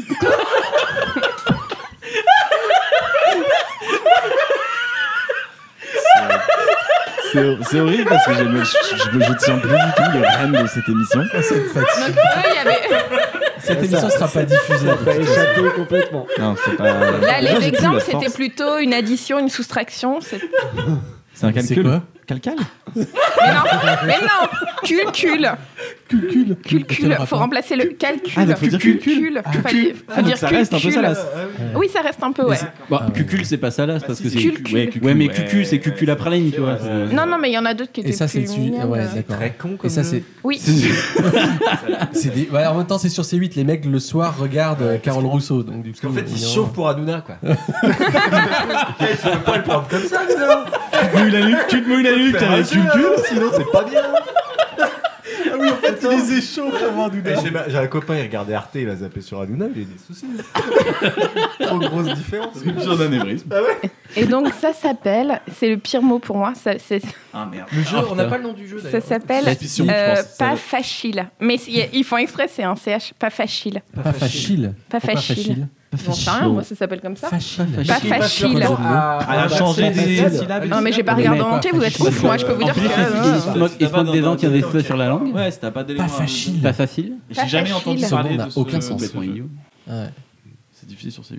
C'est horrible parce que je tiens plus du tout les rênes de cette émission. Cette fatigue. Donc, il y avait... Cette émission sera pas diffusée. Ça n'a pas échappé complètement. Non, c'est pas. Là, les exemples, c'était plutôt une addition, une soustraction. C'est un calcul. C'est quoi? Calcal? Mais non, Culcul. Faut remplacer le calcul. Ah, donc faut dire Culcul. Faut dire ça reste un peu salace. Oui, ça reste un peu, ouais. Cucul, c'est pas salace parce que c'est. Culcul. Ouais, mais cucu, c'est cucul à praline, tu vois. Non, mais il y en a d'autres qui étaient Et ça, c'est plus dessus. mignonnes. Ouais, d'accord. Très con comme Et ça, jeu. c'est. Oui. Ouais, en même temps, c'est sur C8. Les mecs, le soir, regardent Carole Rousseau. Donc, du Parce qu'en coup, fait, ils non. se chauffent pour Hanouna, quoi. Tu peux pas le prendre comme ça, Hanouna. Tu te mouilles la nuque, t'as un culcul. Sinon, c'est pas bien. Ah oui, en fait, il les échauffe avant Hanouna. J'ai un copain, il regardait Arte, il a zappé sur Hanouna, il a des soucis. Trop grosse différence. Genre d'anévrisme. Ah ouais. Et donc, ça s'appelle... C'est le pire mot pour moi. Ah merde. Le jeu, on n'a pas le nom du jeu, Ça d'ailleurs. s'appelle Suspicion, je pense. pas facile. Mais ils font exprès, c'est un CH. Pas facile. Pas facile. Pas facile. J'en sais rien, moi ça s'appelle comme ça. Facile. Pas facile. Elle a changé des syllabes. Non mais j'ai pas regardé en entier, vous êtes ouf, moi je peux vous dire que... Il se moque des dents qui ont des feux sur la langue. Ouais, si t'as pas d'éléments. Pas facile. Pas facile. J'ai jamais entendu Ce parler mot de n'a ce aucun sens. Complètement idiot. Ouais. C'est diffusé sur C8.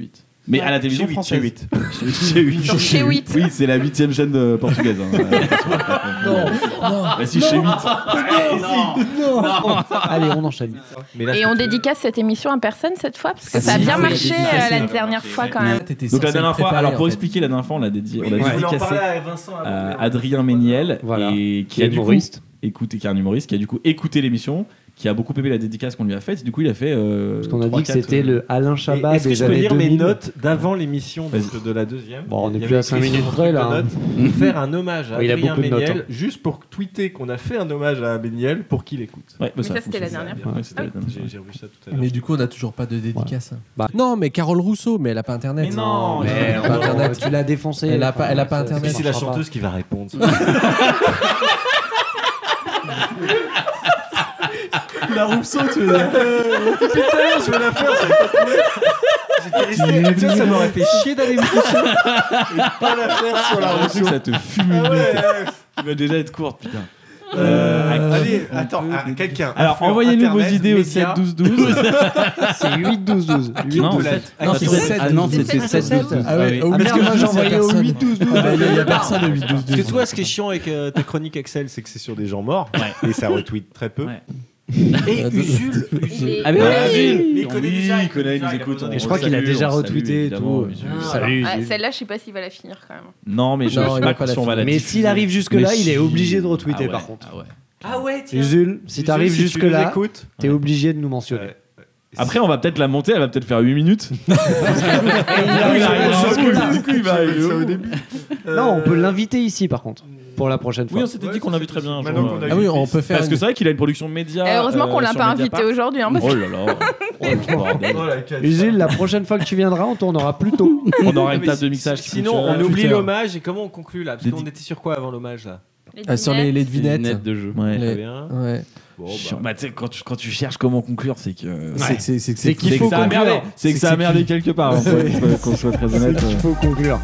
Mais à la télévision française. Chez 8. Oui, c'est la 8e chaîne portugaise. Non. Bah si, chez 8. Non. Allez, on enchaîne. Et on dédicace cette émission à personne cette fois parce que ça a bien marché la dernière fois quand même. Donc la dernière fois, alors pour expliquer, la dernière fois, on l'a dédicacé à Adrien Méniel, et qui est un humoriste, qui est un humoriste, qui a du coup écouté l'émission, qui a beaucoup aimé la dédicace qu'on lui a faite. Du coup, il a fait. Parce qu'on a dit que c'était le Alain Chabat. Est-ce que je peux lire mes notes d'avant l'émission de la deuxième? Bon, on est plus à 5 minutes près là. Faire un hommage à Adrien Méniel, juste pour tweeter qu'on a fait un hommage à Méniel pour qu'il écoute. Mais ça, c'était la dernière fois. J'ai revu ça tout à l'heure. Mais du coup, on n'a toujours pas de dédicace. Non, mais Carole Rousseau, mais elle a pas internet. Mais non, pas internet. Tu l'as défoncé. Elle a pas internet. C'est la chanteuse qui va répondre. La Rousseau, tu veux dire? Putain, je vais la faire, j'avais pas trouvé. J'étais resté. Tu vois, ça m'aurait fait chier d'aller me coucher et pas la faire sur la Rousseau. Ça te fume une minute. Tu vas déjà être courte, putain. Allez, attends, quelqu'un. Alors, envoyez-nous vos idées au 7 12 12. C'est 8 12 12. Non, c'est 7. Ah non, c'était 7 12 12. Ah ouais, parce que moi j'ai envoyé au 8 12 12. Il y a personne au 8 12 12. Parce que toi, ce qui est chiant avec tes chroniques Excel, c'est que c'est sur des gens morts et ça retweet très peu. Et Usul. Ah mais il connaît déjà, il nous écoute. Je crois qu'il a déjà retweeté et tout. Salut. Celle-là, je sais pas s'il va la finir quand même. Non, mais je sais pas si on va la diffuser. Mais s'il arrive jusque-là, il est obligé de retweeter par contre. Ah ouais, tiens. Usul, si t'arrives jusque-là, t'es obligé de nous mentionner. Après, on va peut-être la monter, elle va peut-être faire 8 minutes. Il va arriver au début. Non, on peut l'inviter ici par contre. Pour la prochaine fois. Oui, on s'était dit qu'on inviterait bien. Ah oui, on peut faire. Parce que c'est vrai qu'il a une production média. Heureusement qu'on l'a pas invité aujourd'hui. Oh là là. Usul, la prochaine fois que tu viendras, on tournera plus tôt. On aura une table de mixage. Sinon, on oublie l'hommage et comment on conclut là? Parce qu'on était sur quoi avant l'hommage là? Sur les devinettes de jeu. Très bien. Bon, bah, tu sais, quand tu cherches comment conclure, c'est que c'est qu'il faut conclure. C'est que ça a merdé quelque part. Qu'on soit très honnête. Il faut conclure.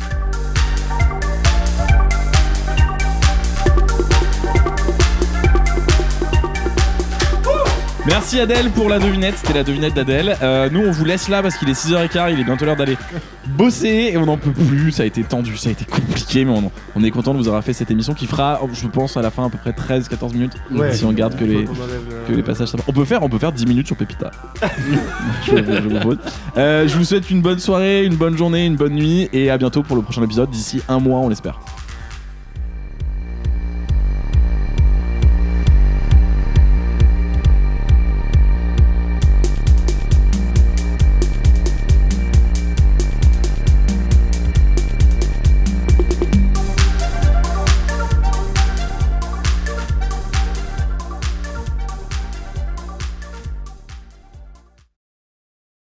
Merci Adèle pour la devinette, c'était la devinette d'Adèle. Nous on vous laisse là parce qu'il est 6h15, il est bientôt l'heure d'aller bosser et on n'en peut plus, ça a été tendu, ça a été compliqué, mais on est content de vous avoir fait cette émission qui fera, je pense, à la fin à peu près 13-14 minutes, si on garde que les passages. On peut faire 10 minutes sur Pépita. Je vous souhaite une bonne soirée, une bonne journée, une bonne nuit et à bientôt pour le prochain épisode, d'ici un mois on l'espère.